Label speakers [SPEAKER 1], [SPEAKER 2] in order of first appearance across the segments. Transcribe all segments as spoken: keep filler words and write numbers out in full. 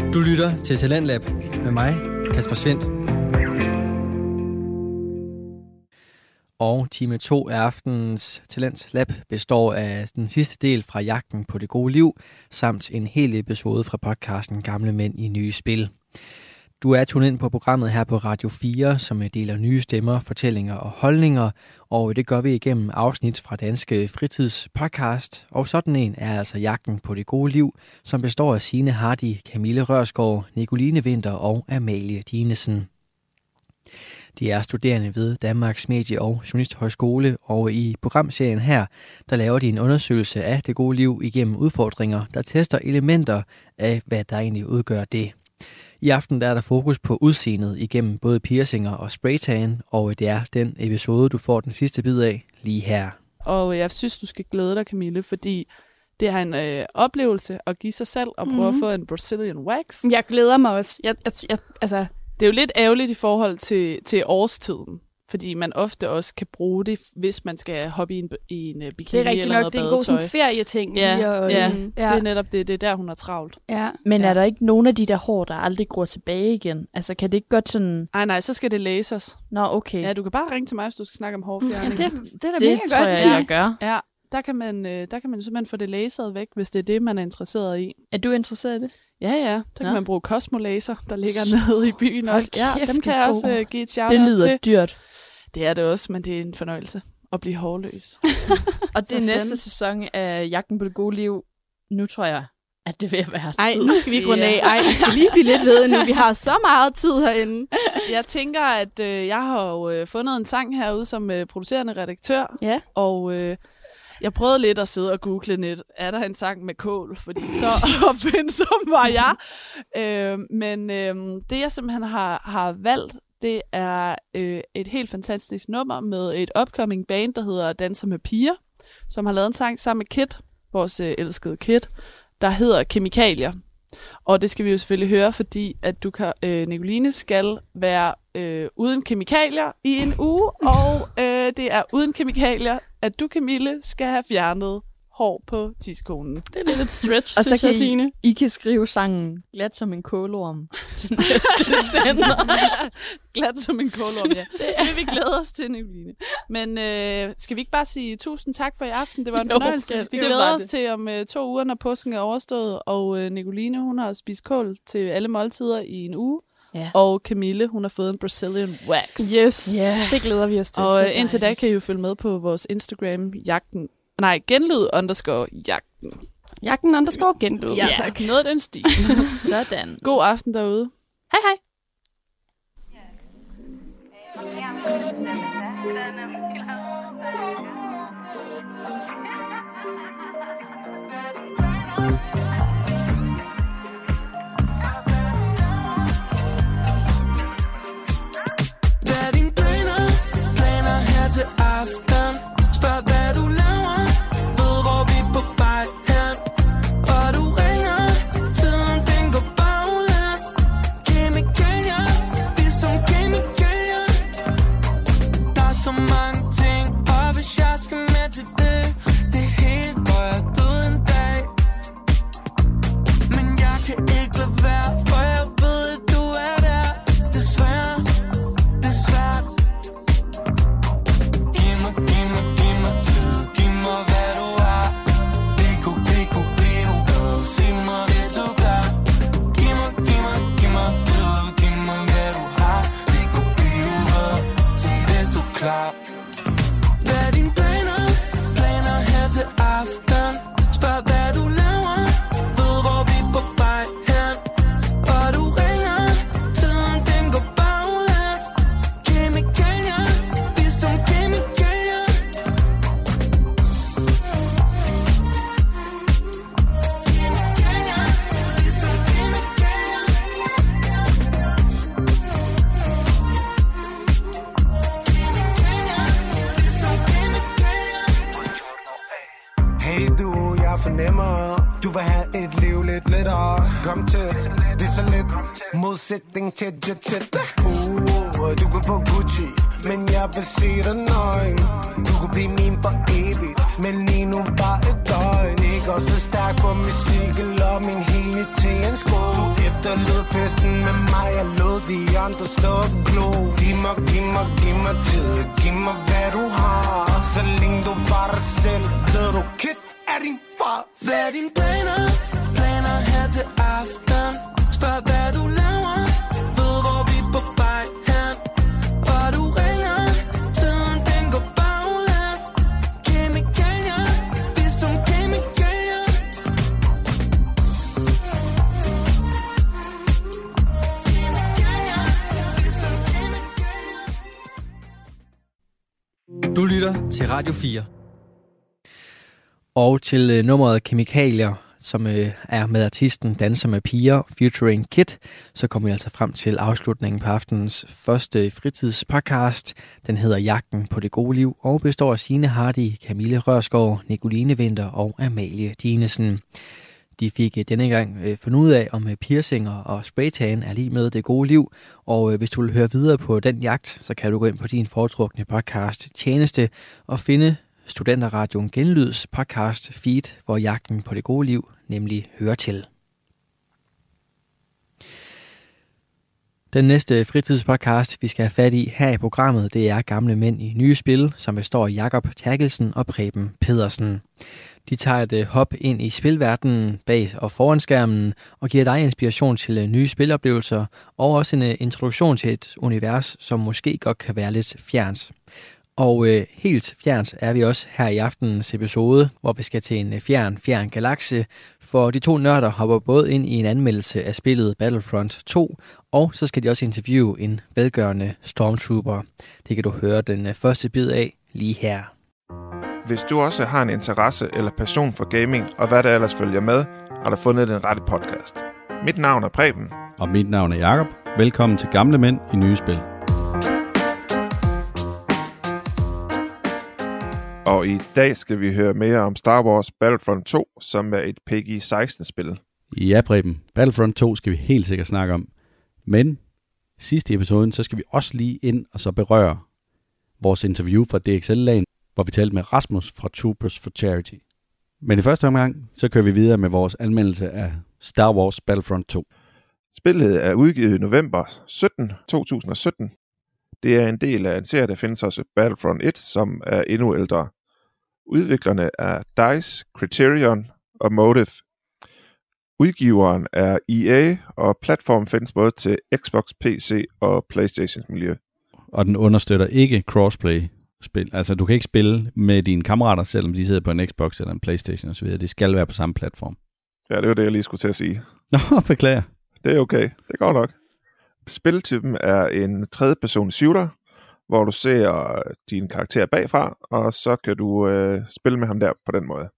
[SPEAKER 1] Du lytter til Talentlab med mig, Kasper Svendt. Og time to af aftenens Talentlab består af den sidste del fra Jagten på det gode liv, samt en hel episode fra podcasten Gamle Mænd i Nye Spil. Du er tunet ind på programmet her på Radio fire, som deler nye stemmer, fortællinger og holdninger, og det gør vi igennem afsnit fra Danske Fritidspodcast. Og sådan en er altså Jagten på det gode liv, som består af Signe Hardy, Camille Rørsgaard, Nicoline Winther og Amalie Dinesen. De er studerende ved Danmarks Medie- og Journalisthøjskole, og i programserien her, der laver de en undersøgelse af det gode liv igennem udfordringer, der tester elementer af, hvad der egentlig udgør det. I aften der er der fokus på udseendet igennem både piercinger og spraytan, og det er den episode, du får den sidste bid af lige her.
[SPEAKER 2] Og jeg synes, du skal glæde dig, Camille, fordi det er en øh, oplevelse at give sig selv og prøve mm-hmm. at få en Brazilian wax.
[SPEAKER 3] Jeg glæder mig også. Jeg, jeg, jeg, altså
[SPEAKER 2] Det er jo lidt ærgerligt i forhold til, til årstiden, fordi man ofte også kan bruge det, hvis man skal hoppe i en, i en bikini
[SPEAKER 3] eller noget badetøj. Det er rigtigt nok, det er en god sådan ferieting.
[SPEAKER 2] Ja,
[SPEAKER 3] og,
[SPEAKER 2] ja,
[SPEAKER 3] mm,
[SPEAKER 2] ja, det er netop det. Det er der, hun er travlt.
[SPEAKER 4] Ja. Men
[SPEAKER 2] ja.
[SPEAKER 4] Er der ikke nogen af de der hår, der aldrig går tilbage igen? Altså, kan det ikke godt sådan...
[SPEAKER 2] Ej, nej, så skal det lasers.
[SPEAKER 4] Nå, okay.
[SPEAKER 2] Ja, du kan bare ringe til mig, hvis du skal snakke om hårfjerning.
[SPEAKER 3] Ja, det, det er da
[SPEAKER 4] det
[SPEAKER 3] mega
[SPEAKER 4] tror
[SPEAKER 3] godt.
[SPEAKER 4] jeg,
[SPEAKER 3] Ja.
[SPEAKER 4] jeg gør.
[SPEAKER 2] Ja, der kan, man, der kan man simpelthen få det laseret væk, hvis det er det, man er interesseret i.
[SPEAKER 4] Er du interesseret i det?
[SPEAKER 2] Ja, ja. Der kan
[SPEAKER 4] Nå.
[SPEAKER 2] man bruge Cosmolaser, der ligger nede i byen også. Ja,
[SPEAKER 4] kæft,
[SPEAKER 2] dem kan jeg også uh, give et shout
[SPEAKER 4] Det lyder
[SPEAKER 2] til.
[SPEAKER 4] dyrt.
[SPEAKER 2] Det er det også, men det er en fornøjelse at blive hårløs.
[SPEAKER 4] Og det er næste sæson af Jagten på det gode liv. Nu tror jeg, at det vil være
[SPEAKER 3] Ej,
[SPEAKER 4] tid.
[SPEAKER 3] nu skal vi ikke runde af. Ej, vi skal lige blive lidt ved nu. Vi har så meget tid herinde.
[SPEAKER 2] Jeg tænker, at øh, jeg har jo øh, fundet en sang herude som øh, producerende redaktør.
[SPEAKER 3] Ja.
[SPEAKER 2] Og øh, jeg prøvede lidt at sidde og google net. Er der en sang med kål? Fordi så opfindsom var jeg. Øh, men øh, det, jeg simpelthen har, har valgt, det er øh, et helt fantastisk nummer med et upcoming band, der hedder Danser med Piger, som har lavet en sang sammen med Kit, vores øh, elskede Kit, der hedder Kemikalier. Og det skal vi jo selvfølgelig høre, fordi at du kan, øh, Nicoline skal være øh, uden kemikalier i en uge, og øh, det er uden kemikalier, at du, Camille, skal have fjernet hår på tidskonen.
[SPEAKER 3] Det er lidt et stretch,
[SPEAKER 4] Og
[SPEAKER 3] synes
[SPEAKER 4] så
[SPEAKER 3] jeg,
[SPEAKER 4] kan
[SPEAKER 3] Signe.
[SPEAKER 4] I, I kan skrive sangen Glat som en kålorm til næste sender.
[SPEAKER 2] Glat som en kålorm, ja. Det vil vi glæde os til, Nicoline. Men øh, skal vi ikke bare sige tusind tak for i aften? Det var en
[SPEAKER 4] Jo,
[SPEAKER 2] fornøjelse.
[SPEAKER 4] det
[SPEAKER 2] Vi
[SPEAKER 4] var
[SPEAKER 2] glæder
[SPEAKER 4] det.
[SPEAKER 2] os til om øh, to uger, når påsken er overstået. Og øh, Nicoline, hun har spist kål til alle måltider i en uge.
[SPEAKER 4] Ja.
[SPEAKER 2] Og Camille, hun har fået en Brazilian wax.
[SPEAKER 3] Yes,
[SPEAKER 4] Yeah.
[SPEAKER 3] det glæder vi os til.
[SPEAKER 2] Og
[SPEAKER 3] Så
[SPEAKER 2] øh, indtil da
[SPEAKER 3] dejligt.
[SPEAKER 2] kan I jo følge med på vores Instagram, jagten. Nej, genlyd underscore jagten.
[SPEAKER 3] Jagten underscore genlyd.
[SPEAKER 2] Ja, tak. Noget af den stil.
[SPEAKER 4] Sådan.
[SPEAKER 2] God aften derude.
[SPEAKER 4] Hej hej.
[SPEAKER 5] Hvad er dine planer? Planer her til aften. Spørg hvad du laver. Ved hvor vi er på vej hen. Og du ringer. Tiden den går baglæns. Kemikalier. Vi er som kemikalier. Der er så mange ting. Og hvis jeg skal med til det, det hele går jeg død en dag. Men jeg kan ikke lade være, for jeg ved at du er der. Desværre. Det er svært. Giv mig, giv mig, giv mig tid. Giv mig hvad du har. Pico, pico, pico. Sig mig hvis du er klar. Giv mig, giv mig, giv mig tid. Giv mig hvad du har. Pico, pico. Sig hvis du er klar. Hvad er dine planer? Planer her til aften. Spørg hvad du laver. Ved hvor vi er på vej hen. Og du ringer. Tiden den går baglæns. Kemikalier. Vi er som kemikalier. Kemikalier. Vi er som kemikalier. Kemikalier. Vi er som kemikalier. Hey du, jeg fornemmer, du vil have et liv lidt lettere. Kom til, det er så lidt modsætning til jet set. Uh, du kan få Gucci, men jeg vil se dig nøgen. Du kan blive min for evigt, men lige nu bare et døgn. Ikke også stærk for musik, eller min hele til en sko. Du efter efterlod festen med mig. Jeg lod de andre stå og glo. Giv mig, giv mig, giv mig tid. Giv mig hvad du har. Så længe du bare dig selv. Ved du kid af din far. Hvad er dine planer? Planer her til aften. Spørg hvad du laver. Ved hvor vi er på vej hen. Og du ringer. Tiden den går baglæns. Kemikalier. Vi er som kemikalier. Kemikalier. Vi er som kemikalier.
[SPEAKER 1] Du lytter til Radio fire. Og til øh, nummeret Kemikalier, som øh, er med artisten Danser med piger, featuring Kid, så kommer vi altså frem til afslutningen på aftenens første fritidspodcast. Den hedder Jagten på det gode liv, og består af Signe Hardy, Camille Rørsgaard, Nicoline Winther og Amalie Dinesen. De fik øh, denne gang øh, fundet ud af, om øh, piercinger og spraytan er lige med det gode liv. Og øh, hvis du vil høre videre på den jagt, så kan du gå ind på din foretrukne podcast tjeneste og finde Studenterradioen Genlyds podcast feed, hvor jagten på det gode liv nemlig hører til. Den næste fritidspodcast, vi skal have fat i her i programmet, det er Gamle Mænd i Nye Spil, som består af Jakob Terkelsen og Preben Pedersen. De tager et hop ind i spilverdenen bag og foran skærmen og giver dig inspiration til nye spiloplevelser og også en introduktion til et univers, som måske godt kan være lidt fjerns. Og øh, helt fjerns er vi også her i aftenens episode, hvor vi skal til en fjern, fjern galakse, for de to nørder hopper både ind i en anmeldelse af spillet Battlefront to, og så skal de også interviewe en velgørende stormtrooper. Det kan du høre den første bid af lige her.
[SPEAKER 6] Hvis du også har en interesse eller passion for gaming, og hvad der ellers følger med, har du fundet den rette podcast. Mit navn er Preben.
[SPEAKER 7] Og mit navn er Jakob. Velkommen til Gamle Mænd i Nye Spil.
[SPEAKER 6] Og i dag skal vi høre mere om Star Wars Battlefront to, som er et P G seksten-spil.
[SPEAKER 7] Ja, Preben. Battlefront to skal vi helt sikkert snakke om. Men sidst i episoden, så skal vi også lige ind og så berøre vores interview fra D X L-lagen, hvor vi talte med Rasmus fra Troopers for Charity. Men i første omgang, så kører vi videre med vores anmeldelse af Star Wars Battlefront to.
[SPEAKER 6] Spillet er udgivet i november syttende to tusind og sytten. Det er en del af en serie, der findes også Battlefront et, som er endnu ældre. Udviklerne er DICE, Criterion og Motive. Udgiveren er E A, og platformen findes både til Xbox, P C og PlayStation miljø.
[SPEAKER 7] Og den understøtter ikke crossplay-spil. Altså, du kan ikke spille med dine kammerater, selvom de sidder på en Xbox eller en PlayStation osv. Det skal være på samme platform.
[SPEAKER 6] Ja, det var det, jeg lige skulle til at sige.
[SPEAKER 7] Nå, beklager.
[SPEAKER 6] Det er okay. Det går nok. Spiltypen er en tredjeperson shooter, hvor du ser din karakter bagfra, og så kan du øh, spille med ham der på den måde.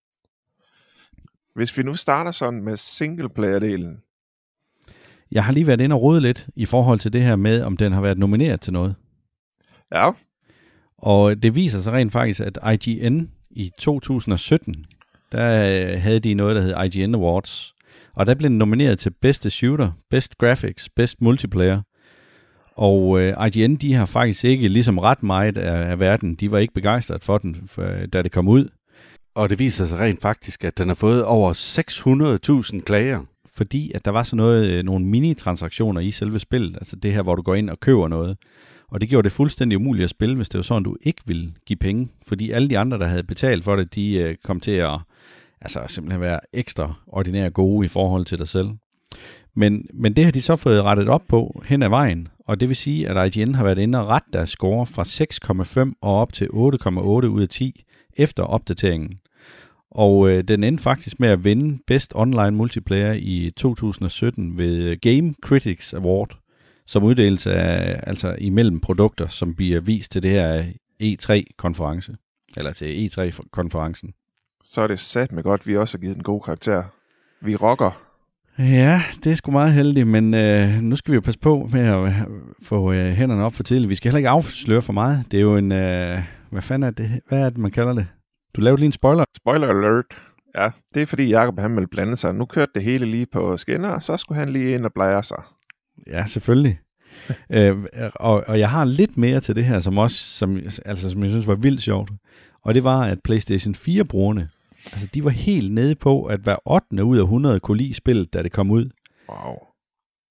[SPEAKER 6] Hvis vi nu starter sådan med singleplayer-delen.
[SPEAKER 7] Jeg har lige været inde og rode lidt i forhold til det her med, om den har været nomineret til noget.
[SPEAKER 6] Ja.
[SPEAKER 7] Og det viser sig rent faktisk, at I G N i to tusind og sytten, der havde de noget, der hed I G N Awards. Og der blev den nomineret til bedste shooter, best graphics, best multiplayer. Og øh, I G N, de har faktisk ikke ligesom ret meget af, af verden. De var ikke begejstret for den, for, da det kom ud.
[SPEAKER 8] Og det viser sig rent faktisk, at den har fået over seks hundrede tusind klager.
[SPEAKER 7] Fordi at der var sådan noget, øh, nogle mini-transaktioner i selve spillet. Altså det her, hvor du går ind og køber noget. Og det gjorde det fuldstændig umuligt at spille, hvis det var sådan, du ikke ville give penge. Fordi alle de andre, der havde betalt for det, de øh, kom til at altså, simpelthen være ekstraordinært gode i forhold til dig selv. Men, men det har de så fået rettet op på hen ad vejen, og det vil sige, at I G N har været inde og rette deres score fra seks komma fem og op til otte komma otte ud af ti efter opdateringen. Og øh, den endte faktisk med at vinde Best Online Multiplayer i to tusind og sytten ved Game Critics Award, som uddeles af, altså imellem produkter, som bliver vist til det her E tre-konference, eller til E tre-konferencen.
[SPEAKER 6] Så er det satme godt, at vi også har givet den gode karakter. Vi rocker.
[SPEAKER 7] Ja, det er sgu meget heldigt, men øh, nu skal vi jo passe på med at få øh, hænderne op for tidligt. Vi skal heller ikke afsløre for meget. Det er jo en, øh, hvad fanden er det? Hvad er det, man kalder det? Du lavede lige en spoiler.
[SPEAKER 6] Spoiler alert. Ja, det er fordi Jakob han ville blande sig. Nu kørte det hele lige på skinner, og så skulle han lige ind og blege sig.
[SPEAKER 7] Ja, selvfølgelig. øh, og, og jeg har lidt mere til det her, som også, som, altså, som jeg synes var vildt sjovt. Og det var, at PlayStation fire-brugerne, altså de var helt nede på, at hver ottende ud af hundrede kunne lide spillet, da det kom ud.
[SPEAKER 6] Wow.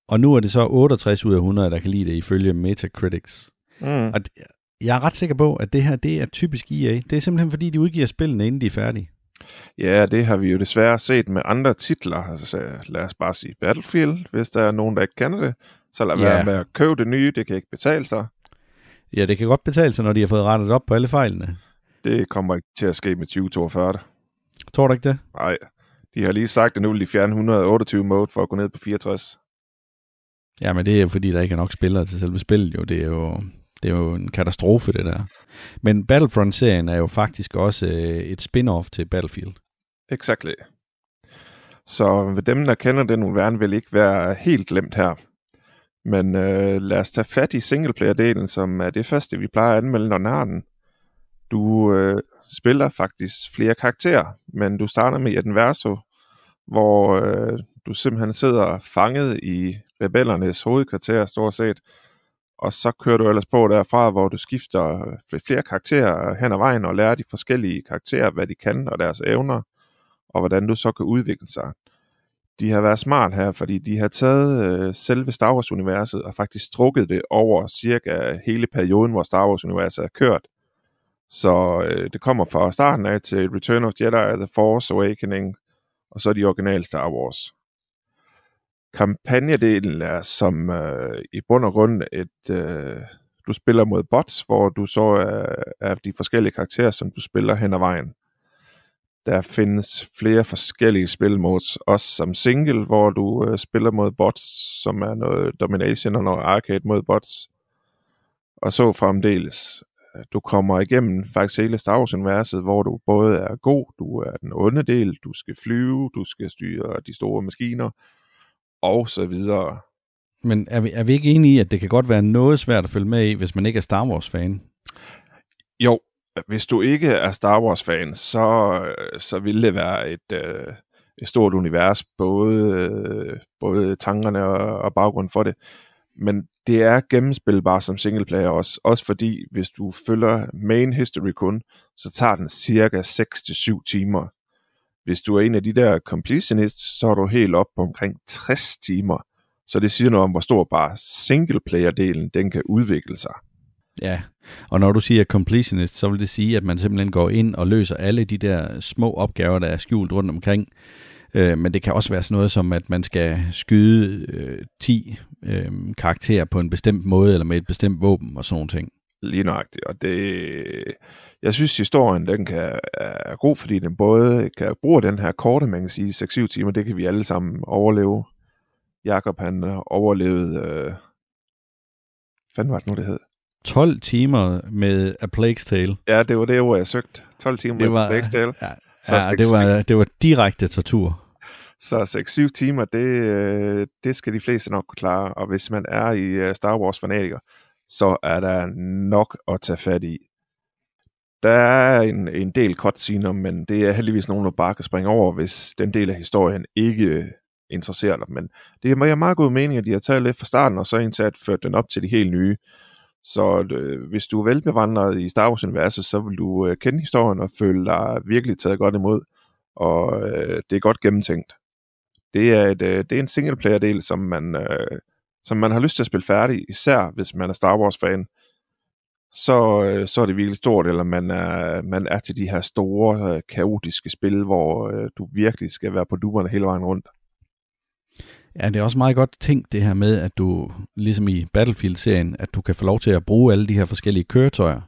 [SPEAKER 7] Og nu er det så otteogtres ud af hundrede, der kan lide det ifølge Metacritics.
[SPEAKER 6] Mm.
[SPEAKER 7] Og jeg er ret sikker på, at det her, det er typisk E A. Det er simpelthen fordi, de udgiver spillene, inden de er færdige.
[SPEAKER 6] Ja, det har vi jo desværre set med andre titler. Altså, lad os bare sige Battlefield, hvis der er nogen, der ikke kender det. Så lad være
[SPEAKER 7] Ja.
[SPEAKER 6] med at købe det nye, det kan ikke betale sig.
[SPEAKER 7] Ja, det kan godt betale sig, når de har fået rettet op på alle fejlene.
[SPEAKER 6] Det kommer ikke til at ske med tyve toogfyrre.
[SPEAKER 7] Tror du ikke det?
[SPEAKER 6] Nej, de har lige sagt, at nu vil de fjerne et hundrede og otteogtyve mode for at gå ned på fireogtres.
[SPEAKER 7] Ja, men det er jo fordi, der ikke er nok spillere til selve spillet. Jo. Det, er jo, det er jo en katastrofe, det der. Men Battlefront-serien er jo faktisk også øh, et spin-off til Battlefield.
[SPEAKER 6] Exactly. Så ved dem, der kender den univers, vil ikke være helt glemt her. Men øh, lad os tage fat i singleplayer-delen, som er det første, vi plejer at anmelde, når den har den. Du øh, spiller faktisk flere karakterer, men du starter med et universo, hvor øh, du simpelthen sidder fanget i rebellernes hovedkvarter stort set, og så kører du ellers på derfra, hvor du skifter flere karakterer hen ad vejen og lærer de forskellige karakterer, hvad de kan og deres evner, og hvordan du så kan udvikle sig. De har været smart her, fordi de har taget øh, selve Star Wars-universet og faktisk strukket det over cirka hele perioden, hvor Star Wars-universet er kørt. Så øh, det kommer fra starten af til Return of Jedi, The Force Awakening, og så de originale Star Wars. Kampagnedelen er som øh, i bund og grund et, øh, du spiller mod bots, hvor du så er, er de forskellige karakterer, som du spiller hen ad vejen. Der findes flere forskellige spilmodes, også som single, hvor du øh, spiller mod bots, som er noget domination og noget arcade mod bots. Og så fremdeles. Du kommer igennem faktisk hele Star Wars-universet, hvor du både er god, du er den onde del, du skal flyve, du skal styre de store maskiner, og så videre.
[SPEAKER 7] Men er vi, er vi ikke enige i, at det kan godt være noget svært at følge med i, hvis man ikke er Star Wars-fan?
[SPEAKER 6] Jo, hvis du ikke er Star Wars-fan, så, så vil det være et, øh, et stort univers, både, øh, både tankerne og, og baggrunden for det. Men det er gennemspilbart som singleplayer også, også fordi hvis du følger main history kun, så tager den cirka seks til syv timer. Hvis du er en af de der completionists, så er du helt op på omkring tres timer. Så det siger noget om, hvor stor bare singleplayer-delen den kan udvikle sig.
[SPEAKER 7] Ja, og når du siger completionist, så vil det sige, at man simpelthen går ind og løser alle de der små opgaver, der er skjult rundt omkring. Øh, men det kan også være sådan noget som, at man skal skyde øh, ti øh, karakterer på en bestemt måde, eller med et bestemt våben og sådan nogle ting.
[SPEAKER 6] Lige nøjagtigt, og det... Jeg synes, historien den kan, er god, fordi den både kan bruge den her korte, man kan sige, seks syv timer, det kan vi alle sammen overleve. Jakob han overlevede... Øh... Hvad fanden var det nu, det hed?
[SPEAKER 7] tolv timer med A Plague's Tale.
[SPEAKER 6] Ja, det var det ord, jeg søgte. tolv timer
[SPEAKER 7] det var,
[SPEAKER 6] med A Plague's Tale.
[SPEAKER 7] Ja,
[SPEAKER 6] så
[SPEAKER 7] ja det, var, det var direkte tortur.
[SPEAKER 6] Så seks syv timer, det, det skal de fleste nok kunne klare. Og hvis man er i Star Wars-fanatiker, så er der nok at tage fat i. Der er en, en del cutscener, men det er heldigvis nogen, der bare kan springe over, hvis den del af historien ikke interesserer dig. Men det er meget god mening, at de har taget lidt fra starten, og så indsat ført den op til de helt nye. Så øh, hvis du er velbevandret i Star Wars-universet, så vil du øh, kende historien og føle dig virkelig taget godt imod. Og øh, det er godt gennemtænkt. Det er, et, øh, det er en singleplayer-del, som man, øh, som man har lyst til at spille færdig, især hvis man er Star Wars-fan. Så, øh, så er det virkelig stort, eller man er, man er til de her store, øh, kaotiske spil, hvor øh, du virkelig skal være på dupperne hele vejen rundt.
[SPEAKER 7] Ja, det er også meget godt tænkt det her med, at du, ligesom i Battlefield-serien, at du kan få lov til at bruge alle de her forskellige køretøjer.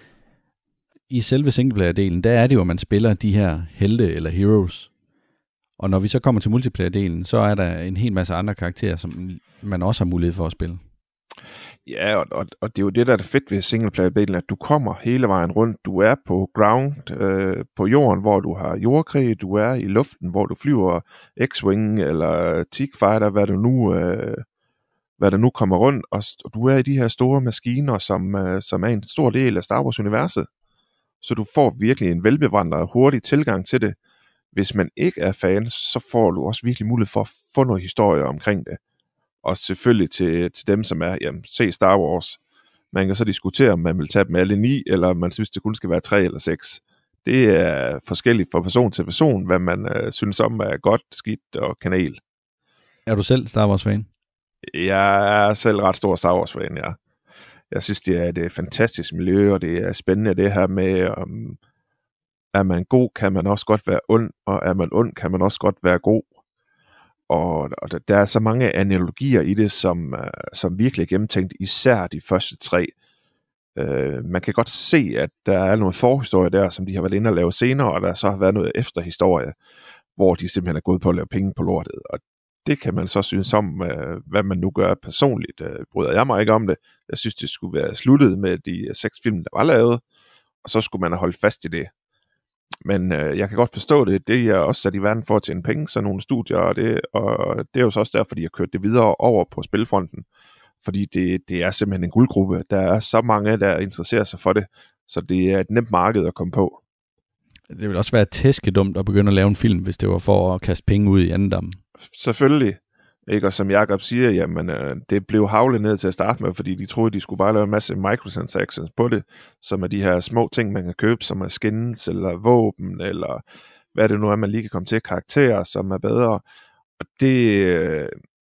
[SPEAKER 7] I selve singleplayer-delen, der er det jo, at man spiller de her helte eller heroes. Og når vi så kommer til multiplayer-delen, så er der en hel masse andre karakterer, som man også har mulighed for at spille.
[SPEAKER 6] Ja, og, og, og det er jo det, der er det fedt ved singleplayer-delen, at du kommer hele vejen rundt. Du er på ground, øh, på jorden, hvor du har jordkrig. Du er i luften, hvor du flyver X-Wing eller TIE-fighter, hvad du nu, øh, hvad der nu kommer rundt. Og, og du er i de her store maskiner, som, øh, som er en stor del af Star Wars-universet. Så du får virkelig en velbevandret, hurtig tilgang til det. Hvis man ikke er fan, så får du også virkelig mulighed for at få noget historie omkring det. Og selvfølgelig til, til dem, som er, jamen, se Star Wars. Man kan så diskutere, om man vil tage dem alle ni, eller om man synes, det kun skal være tre eller seks. Det er forskelligt fra person til person, hvad man øh, synes om er godt, skidt og kanal.
[SPEAKER 7] Er du selv Star Wars-fan?
[SPEAKER 6] Jeg er selv ret stor Star Wars-fan, ja. Jeg synes, det er et fantastisk miljø, og det er spændende det her med, um, er man god, kan man også godt være ond, og er man ond, kan man også godt være god. Og, og der er så mange analogier i det, som, uh, som virkelig er gennemtænkt, især de første tre. Uh, man kan godt se, at der er nogle forhistorier der, som de har været inde og lave senere, og der så har været noget efterhistorie, hvor de simpelthen er gået på at lave penge på lortet. Og det kan man så synes om, uh, hvad man nu gør personligt. Uh, bryder jeg mig ikke om det. Jeg synes, det skulle være sluttet med de seks film, der var lavet, og så skulle man have holdt fast i det. Men øh, jeg kan godt forstå det. Det er også sat i verden for at tjene penge, så nogle studier, og det, og det er jo så også derfor, de har kørt det videre over på spilfronten. Fordi det, det er simpelthen en guldgruppe. Der er så mange, der interesserer sig for det, så det er et nemt marked at komme på.
[SPEAKER 7] Det vil også være tæskedumt at begynde at lave en film, hvis det var for at kaste penge ud i andendammen.
[SPEAKER 6] Selvfølgelig. Ikke? Og som Jacob siger, jamen, øh, det blev havlet ned til at starte med, fordi de troede, de skulle bare lave en masse microtransactions på det, som er de her små ting, man kan købe, som er skins, eller våben, eller hvad det nu er, man lige kan komme til, karakterer, som er bedre. Og det, øh,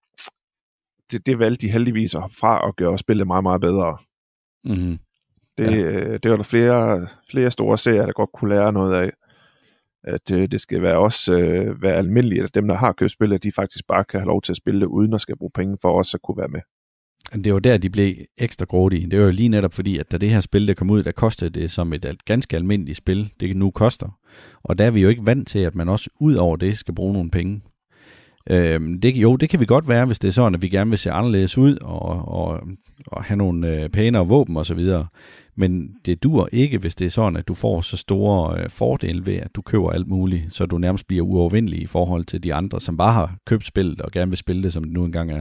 [SPEAKER 6] det, det valgte de heldigvis at hoppe fra og gøre spillet meget, meget bedre.
[SPEAKER 7] Mm-hmm.
[SPEAKER 6] Det, ja. øh, det var der flere, flere store serier, der godt kunne lære noget af. At øh, det skal være også øh, være almindeligt, at dem, der har købt spillet, de faktisk bare kan have lov til at spille det, uden at skal bruge penge for også at kunne være med.
[SPEAKER 7] Det var der, de blev ekstra grådige. Det var jo lige netop fordi, at da det her spil, der kom ud, der kostede det som et ganske almindeligt spil, det nu koster. Og der er vi jo ikke vant til, at man også ud over det skal bruge nogle penge. Øhm, det, jo, det kan vi godt være, hvis det er sådan, at vi gerne vil se anderledes ud, og, og, og have nogle øh, pænere våben og så videre. Men det dur ikke, hvis det er sådan, at du får så store øh, fordele ved, at du køber alt muligt, så du nærmest bliver uovervindelig i forhold til de andre, som bare har købt spillet og gerne vil spille det, som det nu engang er.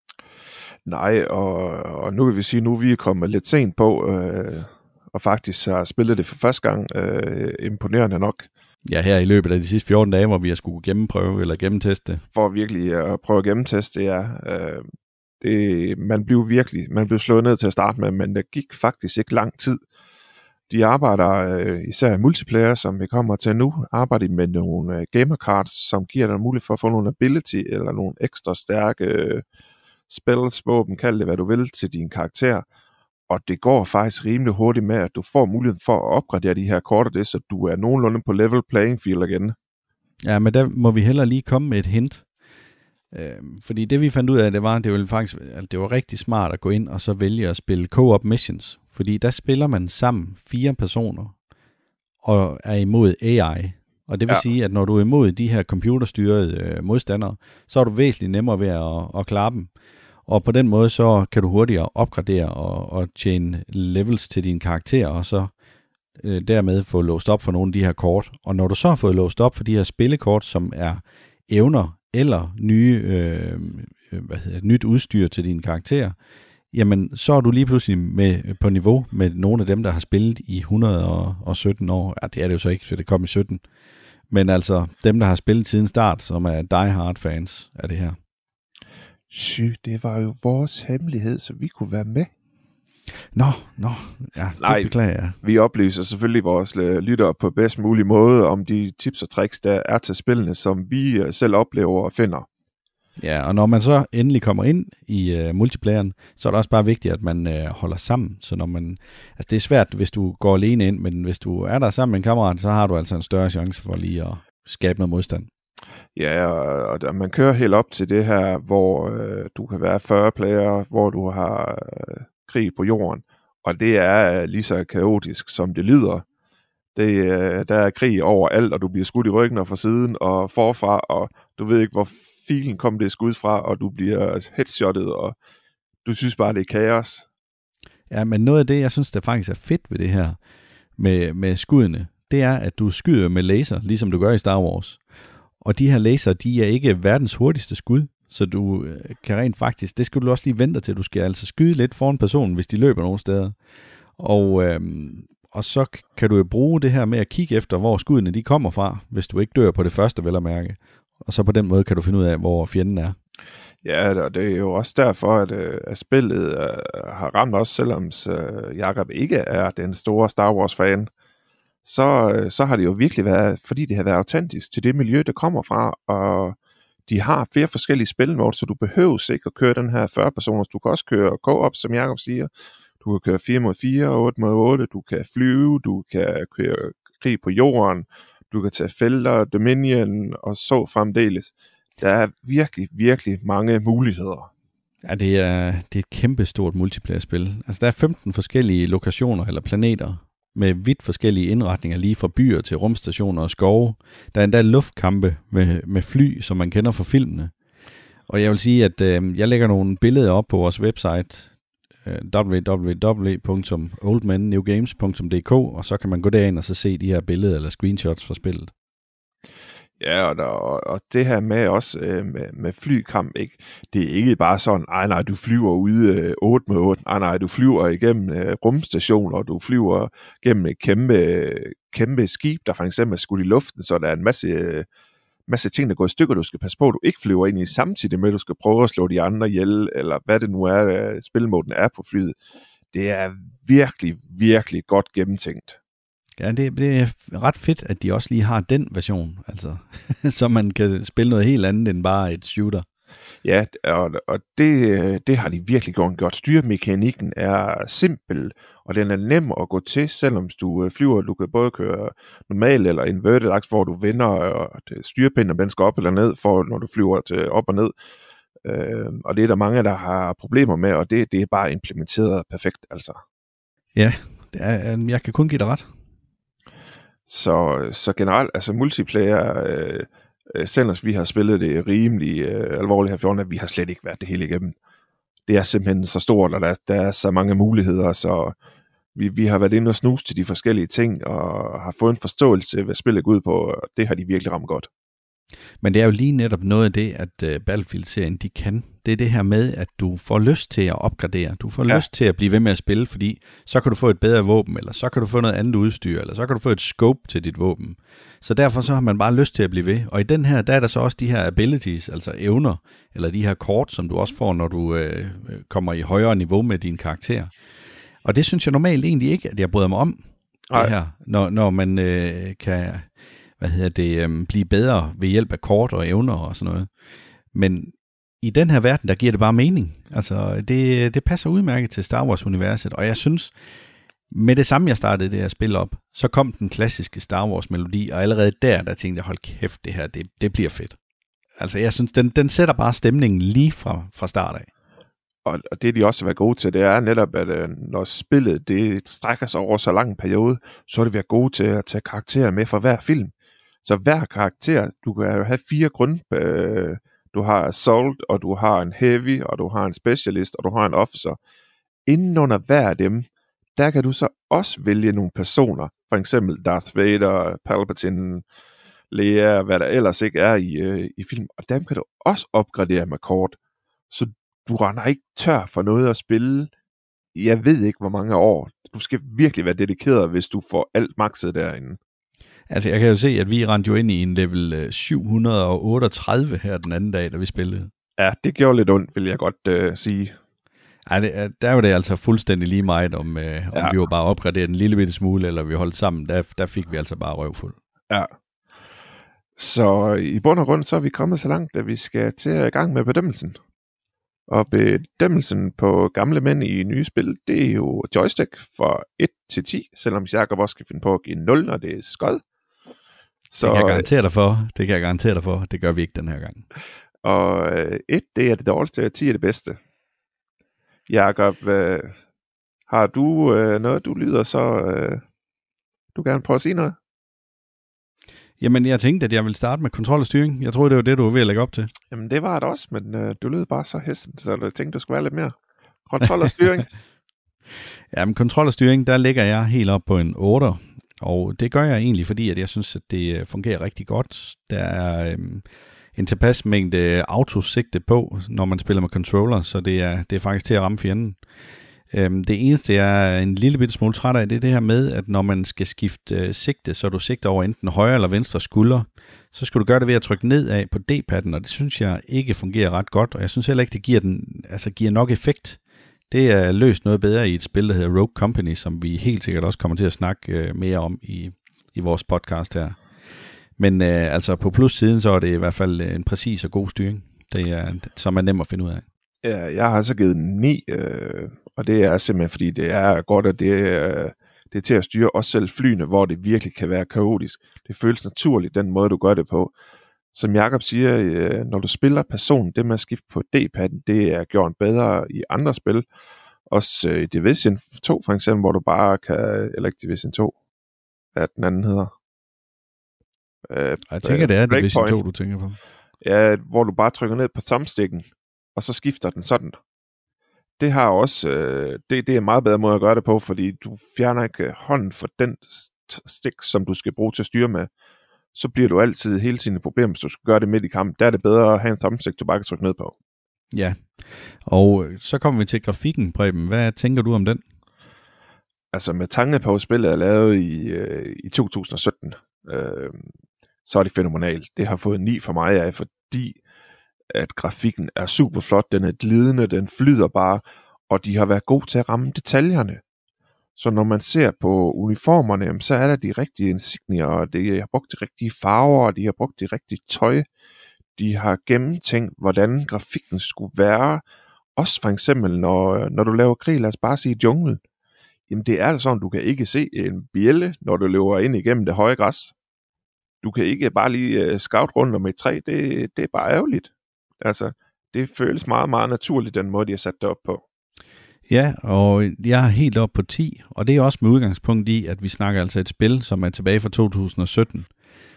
[SPEAKER 6] Nej, og, og nu vil vi sige, nu er vi kommet lidt sent på, øh, og faktisk har spillet det for første gang, øh, imponerende nok.
[SPEAKER 7] Ja, her i løbet af de sidste fjorten dage, hvor vi har skulle gennemprøve eller gennemteste.
[SPEAKER 6] For virkelig at prøve at gennemteste, ja. Øh, det, man blev virkelig, man blev slået ned til at starte med, men det gik faktisk ikke lang tid. De arbejder øh, især i multiplayer, som vi kommer til nu, arbejder med nogle øh, gamercards, som giver dig mulighed for at få nogle ability, eller nogle ekstra stærke øh, spells, våben, kald det hvad du vil, til din karakter. Og det går faktisk rimelig hurtigt med, at du får mulighed for at opgradere de her kort, og det, så du er nogenlunde på level playing field igen.
[SPEAKER 7] Ja, men der må vi heller lige komme med et hint. Øh, fordi det vi fandt ud af, det var, det var faktisk, at det var rigtig smart at gå ind og så vælge at spille co-op missions. Fordi der spiller man sammen fire personer og er imod A I. Og det vil ja. sige, at når du er imod de her computerstyrede øh, modstandere, så er du væsentligt nemmere ved at, at klare dem. Og på den måde, så kan du hurtigere opgradere og, og tjene levels til dine karakterer, og så øh, dermed få låst op for nogle af de her kort. Og når du så har fået låst op for de her spillekort, som er evner eller nye, øh, hvad hedder det, nyt udstyr til dine karakterer, jamen så er du lige pludselig med, på niveau med nogle af dem, der har spillet i et hundrede og sytten år. Ja, det er det jo så ikke, så det kom i sytten. Men altså dem, der har spillet siden start, som er die hard fans af det her.
[SPEAKER 6] Sygt, det var jo vores hemmelighed, så vi kunne være med.
[SPEAKER 7] Nå, nå, ja,
[SPEAKER 6] Nej,
[SPEAKER 7] det beklager jeg.
[SPEAKER 6] Vi oplyser selvfølgelig vores lyttere på bedst mulig måde om de tips og tricks, der er til spillene, som vi selv oplever og finder.
[SPEAKER 7] Ja, og når man så endelig kommer ind i uh, multiplayeren, så er det også bare vigtigt, at man uh, holder sammen. Så når man, altså det er svært, hvis du går alene ind, men hvis du er der sammen med en kammerat, så har du altså en større chance for lige at skabe noget modstand.
[SPEAKER 6] Ja, og, og man kører helt op til det her, hvor øh, du kan være fyrre player, hvor du har øh, krig på jorden. Og det er lige så kaotisk, som det lyder. Det, øh, der er krig overalt, og du bliver skudt i ryggen og fra siden og forfra, og du ved ikke, hvor filen kom det skud fra, og du bliver headshottet, og du synes bare, det er kaos.
[SPEAKER 7] Ja, men noget af det, jeg synes, der faktisk er fedt ved det her med, med skuddene, det er, at du skyder med laser, ligesom du gør i Star Wars. Og de her laser, de er ikke verdens hurtigste skud, så du kan rent faktisk, det skal du også lige vente til, du skal altså skyde lidt foran personen, hvis de løber nogle steder. Og, øhm, og så kan du jo bruge det her med at kigge efter, hvor skuddene de kommer fra, hvis du ikke dør på det første, vel at mærke. Og så på den måde kan du finde ud af, hvor fjenden er.
[SPEAKER 6] Ja, og det er jo også derfor, at, at spillet uh, har ramt os, selvom uh, Jacob ikke er den store Star Wars-fan. Så, så har det jo virkelig været, fordi det har været autentisk til det miljø, det kommer fra, og de har flere forskellige spilmodes, så du behøver ikke at køre den her fyrre personer. Du kan også køre co-op, som Jacob siger. Du kan køre fire mod fire, otte mod otte, du kan flyve, du kan køre krig på jorden, du kan tage felter, Dominion og så fremdeles. Der er virkelig, virkelig mange muligheder.
[SPEAKER 7] Ja, det er, det er et kæmpe stort multiplayer-spil. Altså, der er femten forskellige lokationer eller planeter med vidt forskellige indretninger, lige fra byer til rumstationer og skove. Der er endda luftkampe med, med fly, som man kender fra filmene. Og jeg vil sige, at øh, jeg lægger nogle billeder op på vores website, øh, w w w punktum old men new games punktum d k, og så kan man gå derind og så se de her billeder eller screenshots fra spillet.
[SPEAKER 6] Ja, og, der, og det her med også øh, med, med flykamp, ikke? Det er ikke bare sådan, nej nej, du flyver ude øh, otte med otte, nej nej, du flyver igennem øh, rumstationer, og du flyver gennem et kæmpe, kæmpe skib, der for eksempel er skudt i luften, så der er en masse, øh, masse ting, der går i stykker, du skal passe på, at du ikke flyver ind i samtidig med, at du skal prøve at slå de andre ihjel, eller hvad det nu er, øh, spilmåden er på flyet. Det er virkelig, virkelig godt gennemtænkt.
[SPEAKER 7] Ja, det, det er ret fedt, at de også lige har den version, altså, så man kan spille noget helt andet end bare et shooter.
[SPEAKER 6] Ja, og, og det, det har de virkelig gjort godt. Styremekanikken er simpel, og den er nem at gå til, selvom du flyver. Du kan både køre normal eller inverted aks, hvor du vender, og styrepinden den skal op eller ned, for når du flyver til op og ned. Øh, og det er der mange, der har problemer med, og det, det er bare implementeret perfekt, altså.
[SPEAKER 7] Ja, det er, jeg kan kun give dig ret.
[SPEAKER 6] Så, så generelt, altså multiplayer, øh, selvom vi har spillet det rimelig øh, alvorligt her fjorten, at vi har slet ikke været det hele igennem. Det er simpelthen så stort, og der, der er så mange muligheder, så vi, vi har været inde og snuse til de forskellige ting, og har fået en forståelse af, hvad spillet går ud på, og det har de virkelig ramt godt. Men
[SPEAKER 7] det er jo lige netop noget af det, at uh, Battlefield-serien de kan. Det er det her med, at du får lyst til at opgradere. Du får ja. lyst til at blive ved med at spille, fordi så kan du få et bedre våben, eller så kan du få noget andet udstyr, eller så kan du få et scope til dit våben. Så derfor så har man bare lyst til at blive ved. Og i den her, der er der så også de her abilities, altså evner, eller de her kort, som du også får, når du øh, kommer i højere niveau med din karakter. Og det synes jeg normalt egentlig ikke, at jeg bryder mig om, Nej. det her, når, når man øh, kan... hvad hedder det, øhm, blive bedre ved hjælp af kort og evner og sådan noget. Men i den her verden, der giver det bare mening. Altså, det, det passer udmærket til Star Wars-universet, og jeg synes, med det samme jeg startede det her spil op, så kom den klassiske Star Wars-melodi, og allerede der, der tænkte jeg, hold kæft, det her, det, det bliver fedt. Altså, jeg synes, den, den sætter bare stemningen lige fra, fra start af.
[SPEAKER 6] Og, og det, de også har været gode til, det er netop, at øh, når spillet det strækker sig over så lang en periode, så er det været gode til at tage karakterer med fra hver film. Så hver karakter, du kan have fire grund, øh, du har Assault, og du har en Heavy, og du har en Specialist, og du har en Officer. Inden under hver af dem, der kan du så også vælge nogle personer, for eksempel Darth Vader, Palpatine, Leia, hvad der ellers ikke er i, øh, i film, og dem kan du også opgradere med kort. Så du render ikke tør for noget at spille, jeg ved ikke hvor mange år. Du skal virkelig være dedikeret, hvis du får alt makset derinde.
[SPEAKER 7] Altså, jeg kan jo se, at vi rendte jo ind i en level syv hundrede otteogtredive her den anden dag, da vi spillede.
[SPEAKER 6] Ja, det gjorde lidt ondt, vil jeg godt øh, sige.
[SPEAKER 7] Ej, det, der var det altså fuldstændig lige meget, om, øh, om ja. vi var bare opgraderet en lille bitte smule, eller vi holdt sammen. Der, der fik vi altså bare røvfuld.
[SPEAKER 6] Ja. Så i bund og grund, så er vi kommet så langt, at vi skal til at i gang med bedømmelsen. Og bedømmelsen på gamle mænd i nye spil, det er jo joystick fra et til ti, selvom Jacob også kan finde på at give nul, når det er skod.
[SPEAKER 7] Så, det kan jeg garantere dig for. Det kan jeg garantere dig for. Det gør vi ikke den her gang.
[SPEAKER 6] Og et, det er det dårligste, og ti er det bedste. Jacob, øh, har du øh, noget, du lyder så... Øh, du gerne prøve at sige noget?
[SPEAKER 7] Jamen, jeg tænkte, at jeg ville starte med kontrol og styring. Jeg troede, det var det, du var ved at lægge op til.
[SPEAKER 6] Jamen, det var det også, men øh, du lød bare så hesten, så jeg tænkte, du skulle være lidt mere. Kontrol og styring?
[SPEAKER 7] Jamen, kontrol og styring, der ligger jeg helt op på en otter. Og det gør jeg egentlig, fordi at jeg synes, at det fungerer rigtig godt. Der er øhm, en tilpas mængde autosigte på, når man spiller med controller, så det er, det er faktisk til at ramme fjenden. Øhm, det eneste, jeg er en lille bitte smule træt af, det er det her med, at når man skal skifte øh, sigte, så du sigter over enten højre eller venstre skulder, så skal du gøre det ved at trykke nedad på D-padden, og det synes jeg ikke fungerer ret godt, og jeg synes heller ikke, det giver, den, altså giver nok effekt. Det er løst noget bedre i et spil, der hedder Rogue Company, som vi helt sikkert også kommer til at snakke øh, mere om i, i vores podcast her. Men øh, altså på plus-siden, så er det i hvert fald en præcis og god styring, det er, som er nem at finde ud af.
[SPEAKER 6] Ja, jeg har så givet den ni, øh, og det er simpelthen, fordi det er godt, at det, øh, det er til at styre også selv flyene, hvor det virkelig kan være kaotisk. Det føles naturligt, den måde, du gør det på. Som Jakob siger, øh, når du spiller personen, det med at skifte på D-padden, det er gjort bedre i andre spil. Også øh, i Division to for eksempel, hvor du bare kan, eller ikke Division to, hvad den anden hedder. Øh,
[SPEAKER 7] jeg tænker, øh, det er Division to, du tænker på.
[SPEAKER 6] Ja, hvor du bare trykker ned på thumbsticken, og så skifter den sådan. Det har også, øh, det, det er en meget bedre måde at gøre det på, fordi du fjerner ikke hånden for den stik, som du skal bruge til at styre med. Så bliver du altid hele tiden et problem, hvis du skal gøre det midt i kampen. Der er det bedre at have en thumbstick, du bare kan trykke ned på.
[SPEAKER 7] Ja, og så kommer vi til grafikken, Preben. Hvad tænker du om den?
[SPEAKER 6] Altså med tanke på, at spillet er lavet i, øh, i to tusind og sytten, øh, så er det fænomenalt. Det har fået ni for mig af, fordi at grafikken er super flot, den er glidende, den flyder bare, og de har været gode til at ramme detaljerne. Så når man ser på uniformerne, så er der de rigtige insignier, og de har brugt de rigtige farver, og de har brugt de rigtige tøj. De har gennemtænkt, hvordan grafikken skulle være. Også for eksempel, når, når du laver krig, lad os bare sige junglen. Jamen det er sådan, du kan ikke se en bjælle, når du løber ind igennem det høje græs. Du kan ikke bare lige uh, scout rundt om et træ, det, det er bare ærgerligt. Altså, det føles meget, meget naturligt, den måde, de har sat det op på.
[SPEAKER 7] Ja, og jeg er helt op på ti, og det er også med udgangspunkt i, at vi snakker altså et spil, som er tilbage fra to tusind og sytten.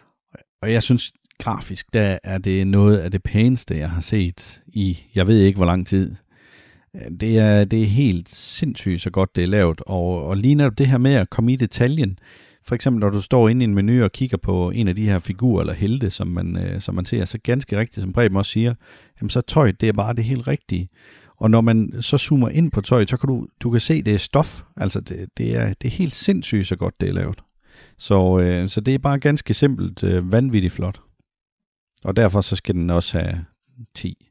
[SPEAKER 7] Og jeg synes, grafisk, der er det noget af det pæneste, jeg har set i, jeg ved ikke hvor lang tid. Det er, det er helt sindssygt så godt, det er lavet, og, og lige netop det her med at komme i detaljen, for eksempel når du står inde i en menu og kigger på en af de her figurer eller helte, som man, øh, som man ser, så ganske rigtigt, som Preben også siger, jamen så tøjet, det er bare det helt rigtige. Og når man så zoomer ind på tøjet, så kan du, du kan se, det er stof. Altså det, det, er, det er helt sindssygt så godt, det er lavet. Så, øh, så det er bare ganske simpelt øh, vanvittigt flot. Og derfor så skal den også have ti.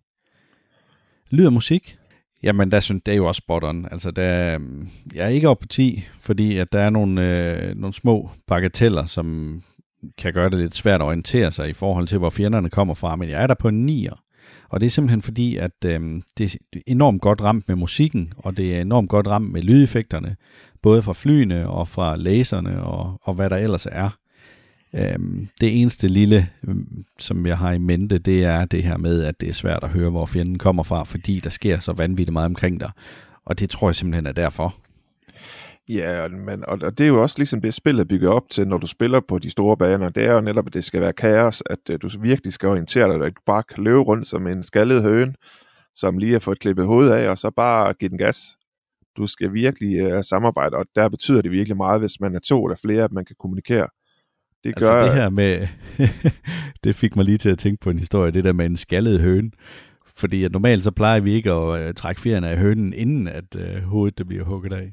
[SPEAKER 7] Lyd og musik? Jamen, der synes det er jo også spot on. Altså, der, jeg er ikke oppe på ti, fordi at der er nogle, øh, nogle små bagateller, som kan gøre det lidt svært at orientere sig i forhold til, hvor fjenderne kommer fra. Men jeg er der på en nier. Og det er simpelthen fordi, at øh, det er enormt godt ramt med musikken, og det er enormt godt ramt med lydeffekterne, både fra flyene og fra laserne og, og hvad der ellers er. Øhm, det eneste lille, øhm, som jeg har i mente, det er det her med, at det er svært at høre, hvor fjenden kommer fra, fordi der sker så vanvittigt meget omkring dig. Og det tror jeg simpelthen er derfor.
[SPEAKER 6] Ja, men, og, og det er jo også ligesom det, spillet bygger op til, når du spiller på de store baner. Det er jo netop, at det skal være kaos, at uh, du virkelig skal orientere dig, at du bare kan løbe rundt som en skaldet høne, som lige har fået klippet hovedet af, og så bare give den gas. Du skal virkelig uh, samarbejde, og der betyder det virkelig meget, hvis man er to eller flere, at man kan kommunikere. Det
[SPEAKER 7] altså
[SPEAKER 6] gør,
[SPEAKER 7] det her med, det fik mig lige til at tænke på en historie, det der med en skaldet høne. Fordi at normalt så plejer vi ikke at uh, trække fjerne af hønen, inden at uh, hovedet det bliver hugget af.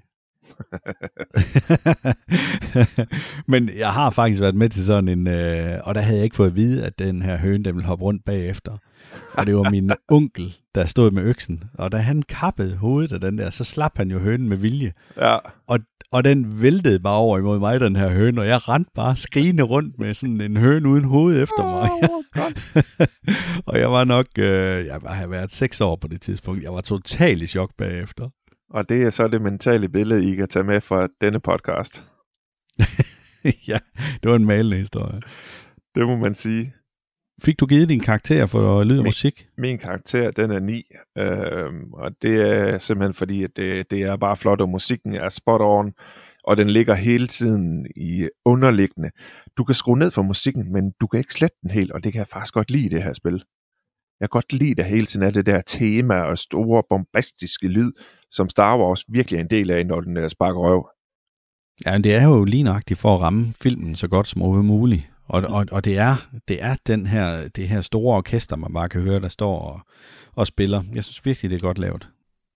[SPEAKER 7] Men jeg har faktisk været med til sådan en, øh, og der havde jeg ikke fået at vide, at den her høne, den ville hoppe rundt bagefter. Og det var min onkel, der stod med øksen. Og da han kappede hovedet af den der, så slap han jo hønen med vilje.
[SPEAKER 6] Ja.
[SPEAKER 7] Og, og den væltede bare over imod mig, den her høne, og jeg rendte bare skrigende rundt med sådan en høne uden hoved efter mig. Og jeg var nok, øh, jeg havde været seks år på det tidspunkt. Jeg var totalt i chok bagefter.
[SPEAKER 6] Og det er så det mentale billede, I kan tage med fra denne podcast.
[SPEAKER 7] Ja, det var en malende historie.
[SPEAKER 6] Det må man sige.
[SPEAKER 7] Fik du givet din karakter for lyd og
[SPEAKER 6] min,
[SPEAKER 7] musik?
[SPEAKER 6] Min karakter, den er ni. Øhm, og det er simpelthen fordi, at det, det er bare flot, og musikken er spot on. Og den ligger hele tiden i underliggende. Du kan skrue ned for musikken, men du kan ikke slette den helt. Og det kan jeg faktisk godt lide i det her spil. Jeg kan godt lide det hele tiden af det der tema og store bombastiske lyd, som Star Wars virkelig er en del af, når den sparker røv.
[SPEAKER 7] Ja, men det er jo lige nøjagtigt for at ramme filmen så godt som overhovedet muligt. Og, og, og det er, det er den her, det her store orkester, man bare kan høre, der står og, og spiller. Jeg synes virkelig, det er godt lavet.